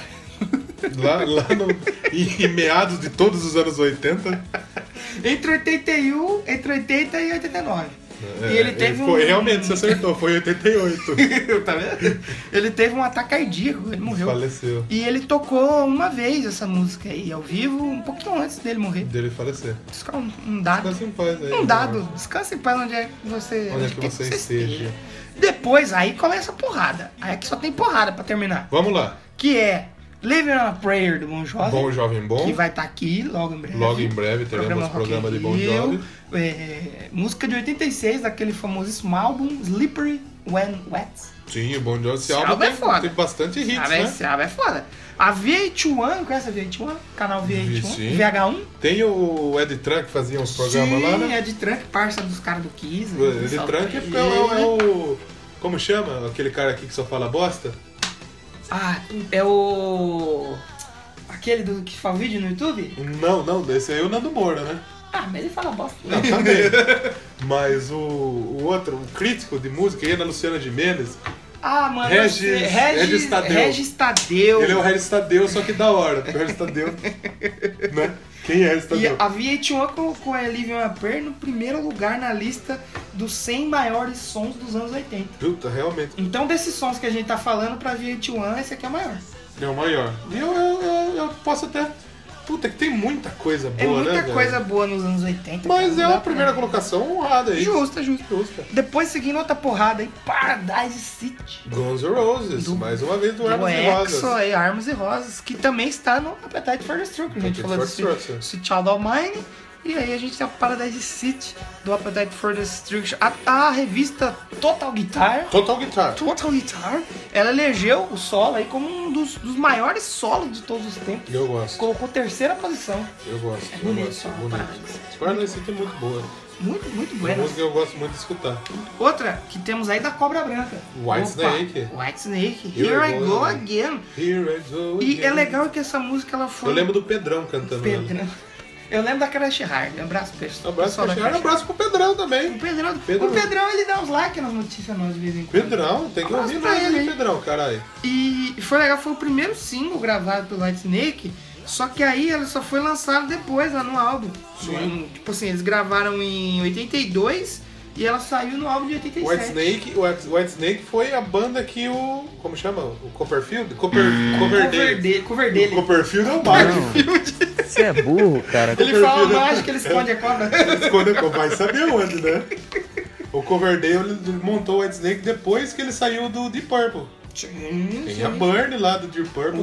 Em meados de todos os anos 80. Entre 80 e 89. E ele teve realmente, você acertou, foi 88. Tá vendo? Ele teve um ataque cardíaco, ele morreu. Faleceu. E ele tocou uma vez essa música aí, ao vivo, um pouquinho antes dele morrer. Dele falecer. Um dado. Descansa em paz aí. Um dado. Descansa em paz onde é que você esteja. Depois, aí começa a porrada. Aí aqui só tem porrada pra terminar. Vamos lá. Que é Living on a Prayer do Bon Jovi. Bon Jovi Bom. Que vai estar aqui logo em breve. Logo em breve teremos programa de Bon Jovi. Música de 86, daquele famosíssimo álbum Slippery When Wet. Sim, o Bon Jovi. Esse álbum tem bastante hits, né? Esse álbum é foda. A VH1, conhece a VH1? Canal VH1? Sim. VH1? Tem o Ed Trunk que fazia uns programas lá, né? Sim, Ed Trunk, parça dos caras do Kiss. O Ed Trunk é o... Como chama aquele cara aqui que só fala bosta? Ah, é o... Aquele que faz vídeo no YouTube? Não, esse aí é o Nando Moura, né? Ah, mas ele fala bosta. Não, também. Mas o outro, o crítico de música, ele é Luciana Gimenez. Ah, mano, Regis Tadeu. Regis Tadeu. Ele é o Regis Tadeu, só que da hora. Porque o Regis Tadeu, né? Quem é Regis Tadeu? E a VH1 colocou a Living on a Prayer no primeiro lugar na lista dos 100 maiores sons dos anos 80. Puta, realmente. Então, desses sons que a gente tá falando pra VH1, esse aqui é o maior. É o maior. E eu posso até Puta, que tem muita coisa boa, né? É muita coisa boa nos anos 80. Mas cara, é a primeira colocação honrada aí. Justa. Depois, seguindo outra porrada aí, Paradise City. Guns N' Roses, mais uma vez do Armas e Rosas. Aí, Armas e Rosas, que também está no Appetite for Destruction. A gente falou do Sweet Child of Mine. E aí a gente tem a Paradise City do Appetite for Destruction. A revista Total Guitar, ela elegeu o solo aí como um dos maiores solos de todos os tempos. Eu gosto. Colocou terceira posição. Eu gosto. É bonito só. Paradise City é muito boa. Muito boa. Uma música que eu gosto muito de escutar. Outra que temos aí da Cobra Branca. White Snake. Here I Go Again. E é legal que essa música ela foi... Eu lembro do Pedrão cantando. Eu lembro da Crash Hard. Abraço, pessoal. Abraço pro Pedrão também. O Pedrão, ele dá uns likes nas notícias nós de vez em quando. Pedrão, tem que ouvir mais ele, Pedrão, caralho. E foi legal, foi o primeiro single gravado pelo White Snake, só que aí ele só foi lançado depois, lá no álbum. Sim. Tipo assim, eles gravaram em 82 e ela saiu no álbum de 87. White Snake foi a banda que o... Como chama? O Copperfield? Coverdale. Copperfield é o Mark. Você é burro, cara. Ele fala mágico que ele esconde a cobra. Ele esconde a cobra, vai saber onde, né? O Coverdale montou o White Snake depois que ele saiu do Deep Purple. Tem a Burn lá do Deep Purple.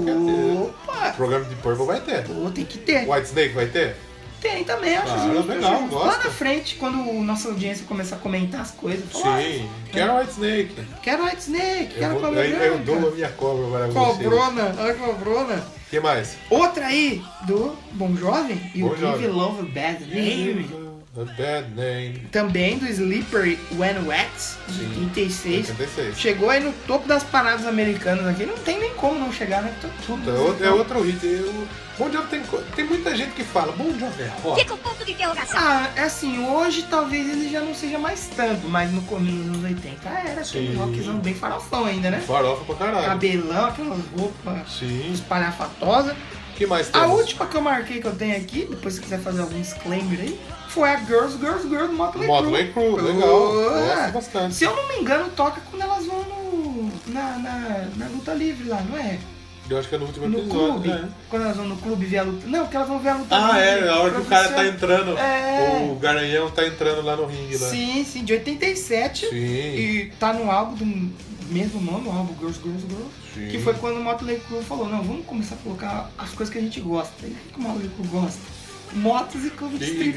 O programa de Deep Purple vai ter. Tem que ter. White Snake vai ter? Tem também, acho legal, gosto. Lá na frente, quando nossa audiência começar a comentar as coisas, sim, quero White Snake. Quero Cobra Branca. Aí eu dou a minha cobra para você. Cobrona. O que mais? Outra aí, do Bon Jovi, e o Give Love a Bad Name. A Bad Name. Também do Slippery When Wet, de 86. Chegou aí no topo das paradas americanas aqui. Não tem nem como não chegar, né? É outro hit. Bon Jovi tem muita gente que fala, Bon Jovi é rock. Fica o ponto de interrogação. É assim, hoje talvez ele já não seja mais tanto, mas no começo dos anos 80 era aquele rockzão bem farofão ainda, né? Farofa pra caralho. Cabelão, aquelas roupas espalhafatosas. O que mais tem? A última que eu marquei que eu tenho aqui, depois se quiser fazer algum disclaimer aí, foi a Girls do Motley Crue. Legal. Gosto bastante. Se eu não me engano, toca quando elas vão na luta livre lá, não é? Eu acho que é no último episódio. Clube. Quando elas vão no clube ver a luta. Não, porque elas vão ver a luta livre. A hora que o cara tá entrando. O Garanhão tá entrando lá no ringue lá. Sim, de 87. Sim. E tá no álbum do mesmo nome, o álbum Girls. Sim. Que foi quando o Motley Crue falou, não, vamos começar a colocar as coisas que a gente gosta. E o que o Motley Crue gosta? Motos e clube de street.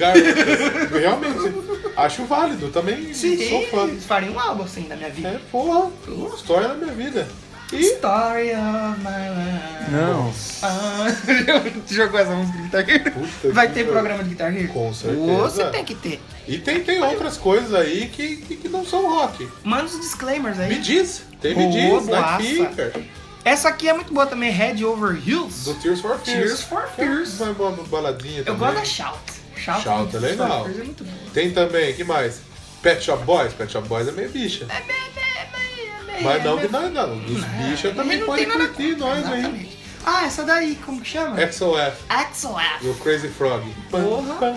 Realmente, acho válido. Também sou fã. Eles fariam um álbum assim da minha vida. História da minha vida. Story of my life. Não. Jogou essa música de Guitar Hero? Vai ter programa de Guitar Hero? Com certeza. Você tem que ter. E tem outras coisas aí que não são rock. Manda os disclaimers aí. Me diz. Tem me diz. Nightfinger. Essa aqui é muito boa também, Head Over Heels. Do Tears for Fears. Uma baladinha eu também. gosto da Shout. Shout é legal. É muito bom. Tem também, que mais? Pet Shop Boys. Pet Shop Boys é meio bicha. Mas não que nós não. Os bichos também podem curtir nós aí. Essa daí, como que chama? Axel F. E o Crazy Frog. Porra.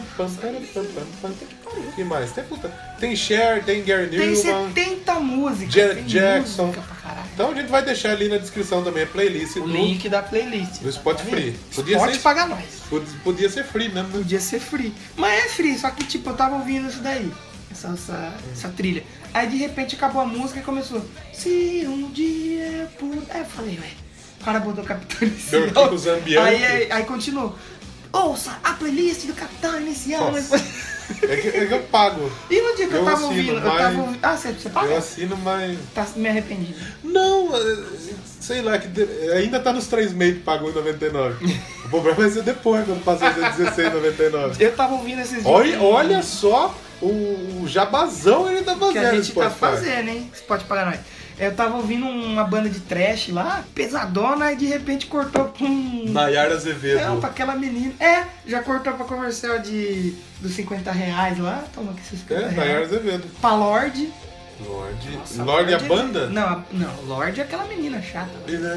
Que mais? Tem Cher, tem Gary Newman. Tem 70 músicas. Janet Jackson. Música pra caralho. Então a gente vai deixar ali na descrição também a playlist. O link da playlist. Do Spotify. Pode pagar nós. Podia ser free, né? Podia ser free. Mas é free, só que tipo, eu tava ouvindo isso daí. Essa trilha. Aí de repente acabou a música e começou. Se um dia eu puder. Aí eu falei, ué. O cara botou Capitão Inicial. Aí continuou. Ouça a playlist do Capitão Inicial. É que eu pago. E no dia que eu tava ouvindo, você paga? Eu assino, mas... Tá me arrependido. Não, sei lá, que ainda tá nos 3 meses que pagou em 99. O problema vai ser depois, quando passar de 16,99. Eu tava ouvindo esses dias. Olha só o jabazão ele tá fazendo. Que a gente tá fazendo, hein? Você pode pagar nós. Eu tava ouvindo uma banda de trash lá, pesadona, e de repente cortou pra Nayara Azevedo. Não, pra aquela menina. Já cortou pra comercial dos R$50 lá. Toma aqui esses 50 reais. Nayara Azevedo. Pra Lorde. Lorde é a banda? Não, Lorde é aquela menina chata.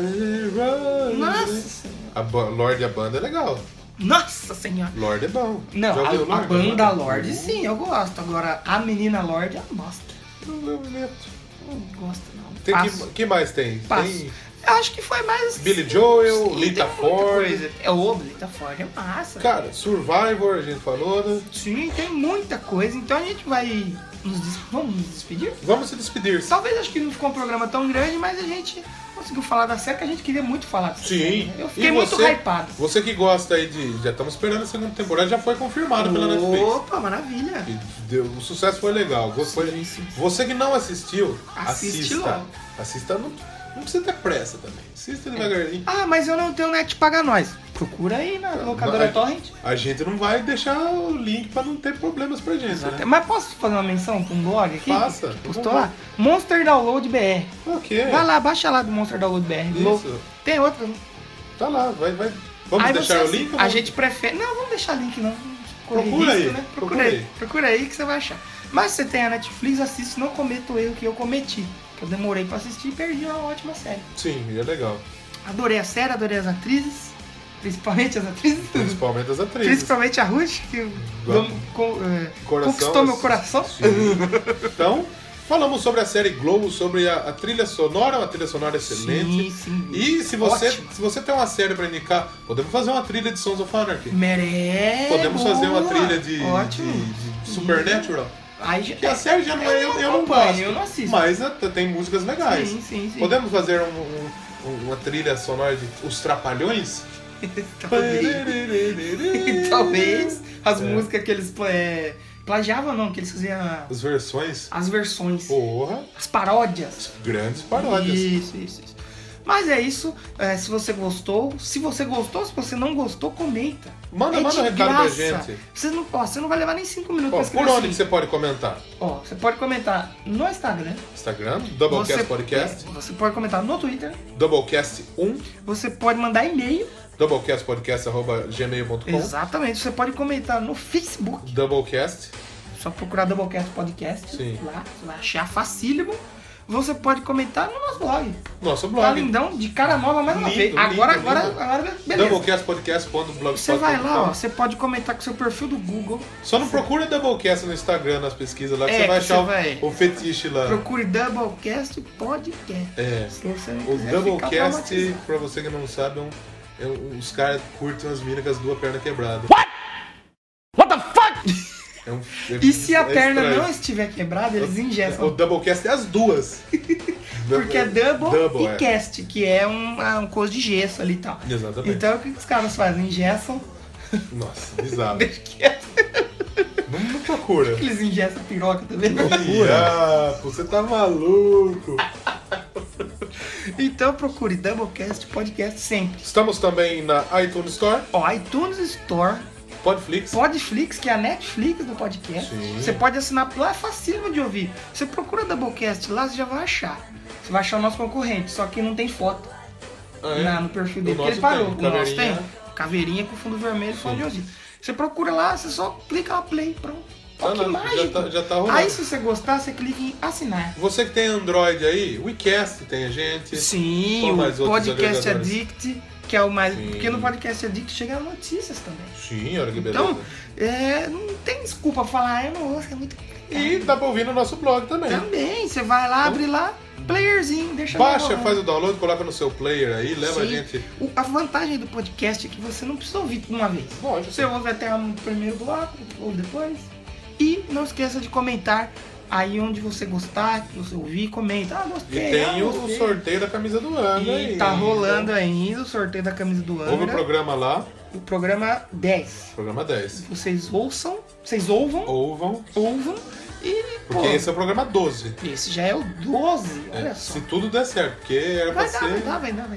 Nossa. Lorde a banda é legal. Nossa senhora. Lorde é bom. Não, a banda Lorde sim, eu gosto. Agora, a menina Lorde é uma bosta. Não meto. Não gosto não. Que mais tem? Eu acho que foi mais... Billy Joel, Lita Ford. O Lita Ford é massa. Cara, Survivor, a gente falou, né? Sim, tem muita coisa. Então a gente vai... Vamos nos despedir? Vamos se despedir. Talvez, acho que não ficou um programa tão grande, mas a gente conseguiu falar da série que a gente queria muito falar. Sim. Eu fiquei muito hypado. Você que gosta aí de... Já estamos esperando a segunda temporada, já foi confirmado pela Netflix. Opa, maravilha. O sucesso foi legal. Sim. Você que não assistiu, assiste logo. Assista, não precisa ter pressa também. Assista devagarinho. Ah, mas eu não tenho net paga nós. Procura aí na locadora Torrent. A gente não vai deixar o link pra não ter problemas pra gente, né? Mas posso fazer uma menção pra um blog aqui? Faça. Que postou lá? Monster Download BR. Ok. Vai lá, baixa lá do Monster Download BR. Isso. Tem outro. Tá lá, vai. Vamos aí deixar o link? A gente prefere... Não, vamos deixar link não. Procura aí. Né? Procura aí que você vai achar. Mas se você tem a Netflix, assiste, não cometa o erro que eu cometi. Que eu demorei pra assistir e perdi uma ótima série. Sim, é legal. Adorei a série, adorei as atrizes. Principalmente as atrizes. Principalmente a Ruth, que conquistou meu coração. Então, falamos sobre a série Glow, sobre a trilha sonora, uma trilha sonora excelente. Sim. E se você tem uma série pra indicar, podemos fazer uma trilha de Sons of Anarchy. Podemos fazer uma trilha de Supernatural. Aí a série já não é, eu não gosto. Eu não assisto. Mas tem músicas legais. Sim. Podemos fazer uma trilha sonora de Os Trapalhões? Talvez as músicas que eles plagiavam, não, que eles faziam as versões. Porra. As paródias. Grandes paródias. Isso. Mas é isso. Se você gostou, se você não gostou, comenta. Manda um recado pra gente. Você não vai levar nem 5 minutos pra escrever. Por onde que você pode comentar? Você pode comentar no Instagram. Doublecast Podcast. Você pode comentar no Twitter. Doublecast1. Você pode mandar e-mail. doublecastpodcast@gmail.com. Exatamente. Você pode comentar no Facebook. Doublecast. Só procurar Doublecast Podcast. Sim. Lá, você vai achar facílimo. Você pode comentar no nosso blog. Nosso blog. Tá lindão, de cara nova mais uma vez. Agora, beleza. Doublecastpodcast.blogspot.com. Você vai lá, você pode comentar com o seu perfil do Google. Só não procura Doublecast no Instagram, nas pesquisas lá, que você vai achar o fetiche lá. Procure Doublecast Podcast. O Doublecast, pra você que não sabe, os caras curtem as minas com as 2 pernas quebradas. What the fuck? E se a perna não estiver quebrada, eles engessam. O Doublecast é as 2. Porque é double e cast, que é um coisa de gesso ali e tal. Exatamente. Então o que os caras fazem? Engessam. Nossa, bizarro. Deixa quieto. Não procura. Que eles engessam piroca também? Você tá maluco. Então procure Doublecast Podcast sempre. Estamos também na iTunes Store. iTunes Store. Podflix, que é a Netflix do podcast. Sim. Você pode assinar lá, é facílimo de ouvir. Você procura Doublecast lá, você já vai achar. Você vai achar o nosso concorrente, só que não tem foto no perfil dele, porque ele parou. O nosso tem caveirinha com fundo vermelho e fone de ouvido. Você procura lá, você só clica lá, play, pronto. Que mágico. Já tá rolando. Aí se você gostar, você clica em assinar. Você que tem Android aí, o WeCast tem a gente. Sim, o Podcast Addict, que é o mais... Sim. Porque no Podcast Addict chega notícias também. Sim, olha que beleza. Então, não tem desculpa falar, eu não ouço, é muito complicado. E dá pra ouvir no nosso blog também. Também, você vai lá, abre lá, playerzinho, deixa baixa, faz o download, coloca no seu player aí, leva a gente... A vantagem do podcast é que você não precisa ouvir de uma vez. Lógico. Você ouve até o primeiro bloco, ou depois. E não esqueça de comentar aí onde você gostar, que você ouvir, comenta. Gostei. E tem o sorteio da camisa do Angra aí. Tá rolando ainda o sorteio da camisa do Angra. Ouve o programa lá. O programa 10. Programa 10. Vocês ouvam. E, porque esse é o programa 12. Esse já é o 12, olha só. Se tudo der certo, porque era pra ser... Vai dar.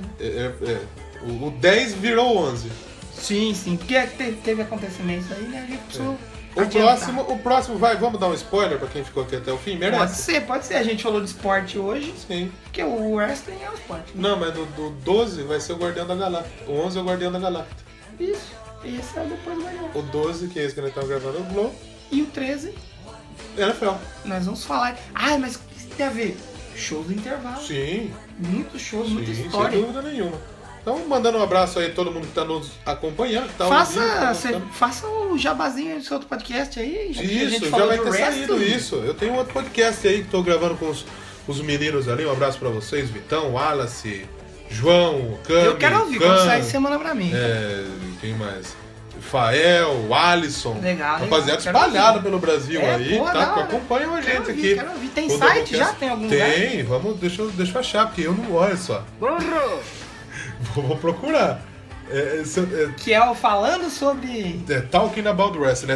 O 10 virou 11. Sim, porque teve acontecimentos aí, né? A gente precisou... O próximo vamos dar um spoiler pra quem ficou aqui até o fim? Merece? Pode ser. A gente falou de esporte hoje. Sim. Porque o wrestling é o esporte. Não, mas do 12 vai ser o Guardião da Galáctica. O 11 é o Guardião da Galáctica. Isso. Esse é depois do Guardião. O 12, que é esse que nós estamos gravando, é o Glow. E o 13... NFL. Nós vamos falar... mas o que tem a ver? Shows do intervalo. Sim. Muitos shows, muita história. Sem dúvida nenhuma. Então, mandando um abraço aí a todo mundo que está nos acompanhando. Que tá faça o jabazinho do seu outro podcast aí. Isso, já vai ter saído isso. Eu tenho um outro podcast aí que estou gravando com os meninos ali. Um abraço para vocês, Vitão, Wallace, João, Cami, eu quero ouvir, quando sair você manda pra mim. Quem mais? Fael, Alisson. Legal. Rapaziada espalhada pelo Brasil aí, pô, tá? Acompanham a gente aqui. Quero ouvir. Tem site já? Tem algum lugar? Tem, deixa eu achar, porque eu não olho só. Vou procurar. Que é o falando sobre... Talking About Wrestling,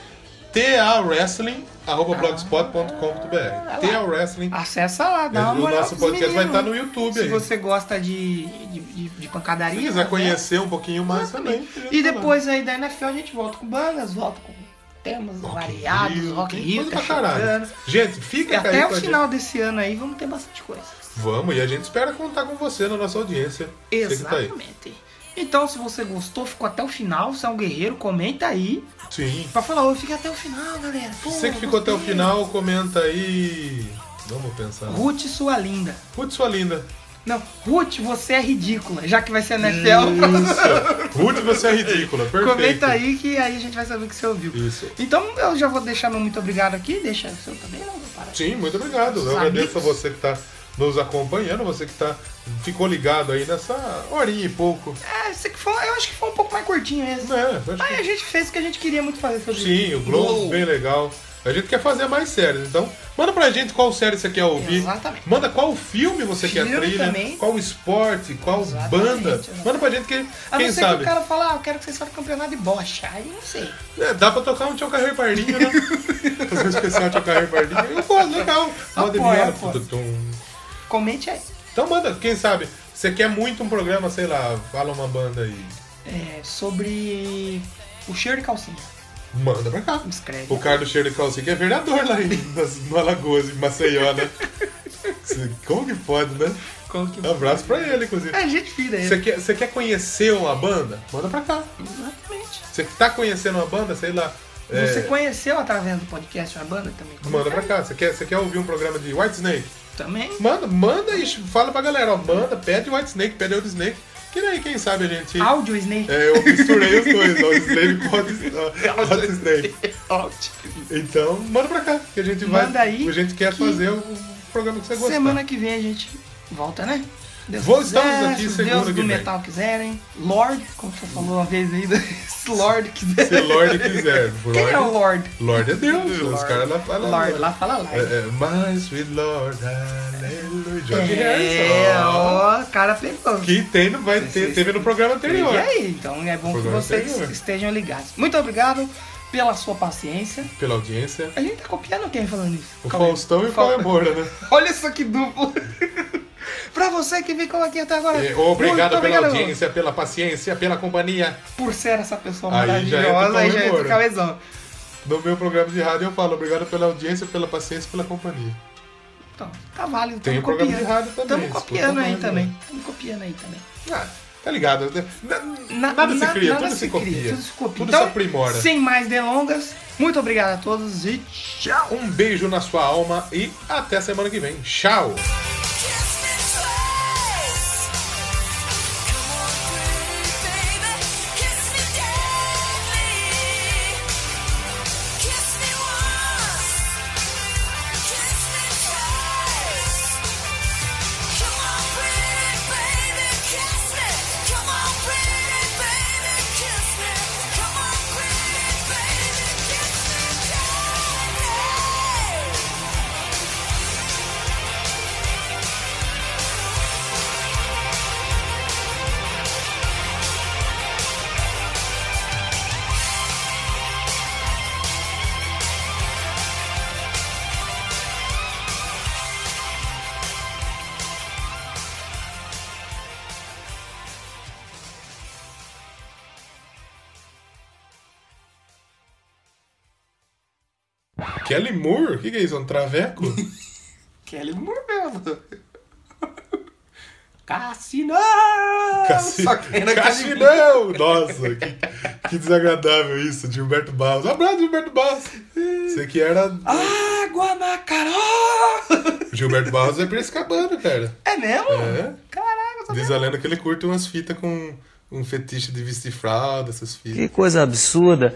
TAWrestling@blogspot.com.br. TAWrestling. Acessa lá, dá uma moral. O nosso podcast vai estar no YouTube aí. Se você gosta de pancadaria. Se quiser conhecer um pouquinho mais também. E depois aí da NFL a gente volta com bandas, volta com temas variados, Rock in Rio, tá chegando. Gente, fica aí até o final desse ano aí vamos ter bastante coisa. Vamos, e a gente espera contar com você na nossa audiência. Exatamente. Então, se você gostou, ficou até o final, você é um guerreiro, comenta aí. Sim. Pra falar, eu fiquei até o final, galera. Pô, você que ficou até o final, comenta aí. Vamos pensar. Ruth, sua linda. Ruth, sua linda. Não, Ruth, você é ridícula, já que vai ser NFL. Isso. Ruth, você é ridícula, perfeito. Comenta aí que aí a gente vai saber que você ouviu. Isso. Então, eu já vou deixar meu muito obrigado aqui, deixa o seu também, não? Sim, muito obrigado. Eu agradeço a você que tá nos acompanhando, você que ficou ligado aí nessa horinha e pouco. Eu acho que foi um pouco mais curtinho mesmo. Mas a gente fez o que a gente queria muito fazer sobre isso. Sim, o Globo, bem legal. A gente quer fazer mais séries, então manda pra gente qual série você quer ouvir. Exatamente. Manda qual filme você quer trilha, também. Qual esporte, qual banda. Manda pra gente que quem sabe. Que o cara fala, eu quero que vocês façam campeonato de bocha. Aí não sei. Dá pra tocar um Tchau Carreiro Pardinho, né? Fazer um especial Tchau Carreiro Pardinho. Legal. Apoia. Comente aí. Então manda, quem sabe. Você quer muito um programa, sei lá, fala uma banda aí. Sobre o cheiro de calcinha. Manda pra cá. Escreve. O cara do cheiro de calcinha que é vereador lá no Alagoas, em Maceió, né? Como que pode, né? Abraço pra ele, inclusive. Gente fina ele. Você quer conhecer uma banda? Manda pra cá. Exatamente. Você tá conhecendo uma banda, sei lá. Você conheceu através do podcast uma banda também? Manda pra cá. Você quer ouvir um programa de Whitesnake? Também. Manda e fala pra galera, ó. Manda, pede Whitesnake, pede Audio Snake. Que daí, quem sabe a gente... Audio Snake. Eu misturei os dois, Audio Snake com Audio Snake. Então, manda pra cá, que a gente vai... Manda aí. A gente quer fazer o programa que você gostar. Semana que vem a gente volta, né? Estamos aqui segunda Deus do metal quiserem. Lorde, como você falou uma vez ainda. Se Lorde quiser. Se Lorde quiser. Quem é o Lorde? Lorde é Deus. Os caras lá falam. Lorde, lá fala lá. My sweet Lord, aleluia. George Harrison. O cara pegou. Que teve no programa anterior. E aí, então é bom que vocês estejam ligados. Muito obrigado pela sua paciência. Pela audiência. A gente tá copiando quem falando isso? O Faustão e o Cauê Moura, né? Olha isso que duplo. Pra você que ficou aqui até agora. Obrigado pela audiência, pela paciência, pela companhia. Por ser essa pessoa aí maravilhosa, aí já entra o cabeção. No meu programa de rádio eu falo obrigado pela audiência, pela paciência e pela companhia. Então, tá válido. Tem um programa de rádio também. Estamos copiando aí também. Tá ligado? Nada se cria, tudo se copia. Tudo se aprimora. Sem mais delongas, muito obrigado a todos e tchau. Um beijo na sua alma e até semana que vem. Tchau. Kelly Moore? O que é isso? Um traveco? Kelly Moore mesmo. Cassinão! Cassinão! Nossa, que desagradável isso, de Humberto Barros. Um abraço, Gilberto Barros. Você que era... Água na Carol! Gilberto Barros é Piracicabana, cara. É mesmo? É. Caraca, diz a lenda que ele curte umas fitas com um fetiche de vestir fralda, essas fitas. Que coisa absurda.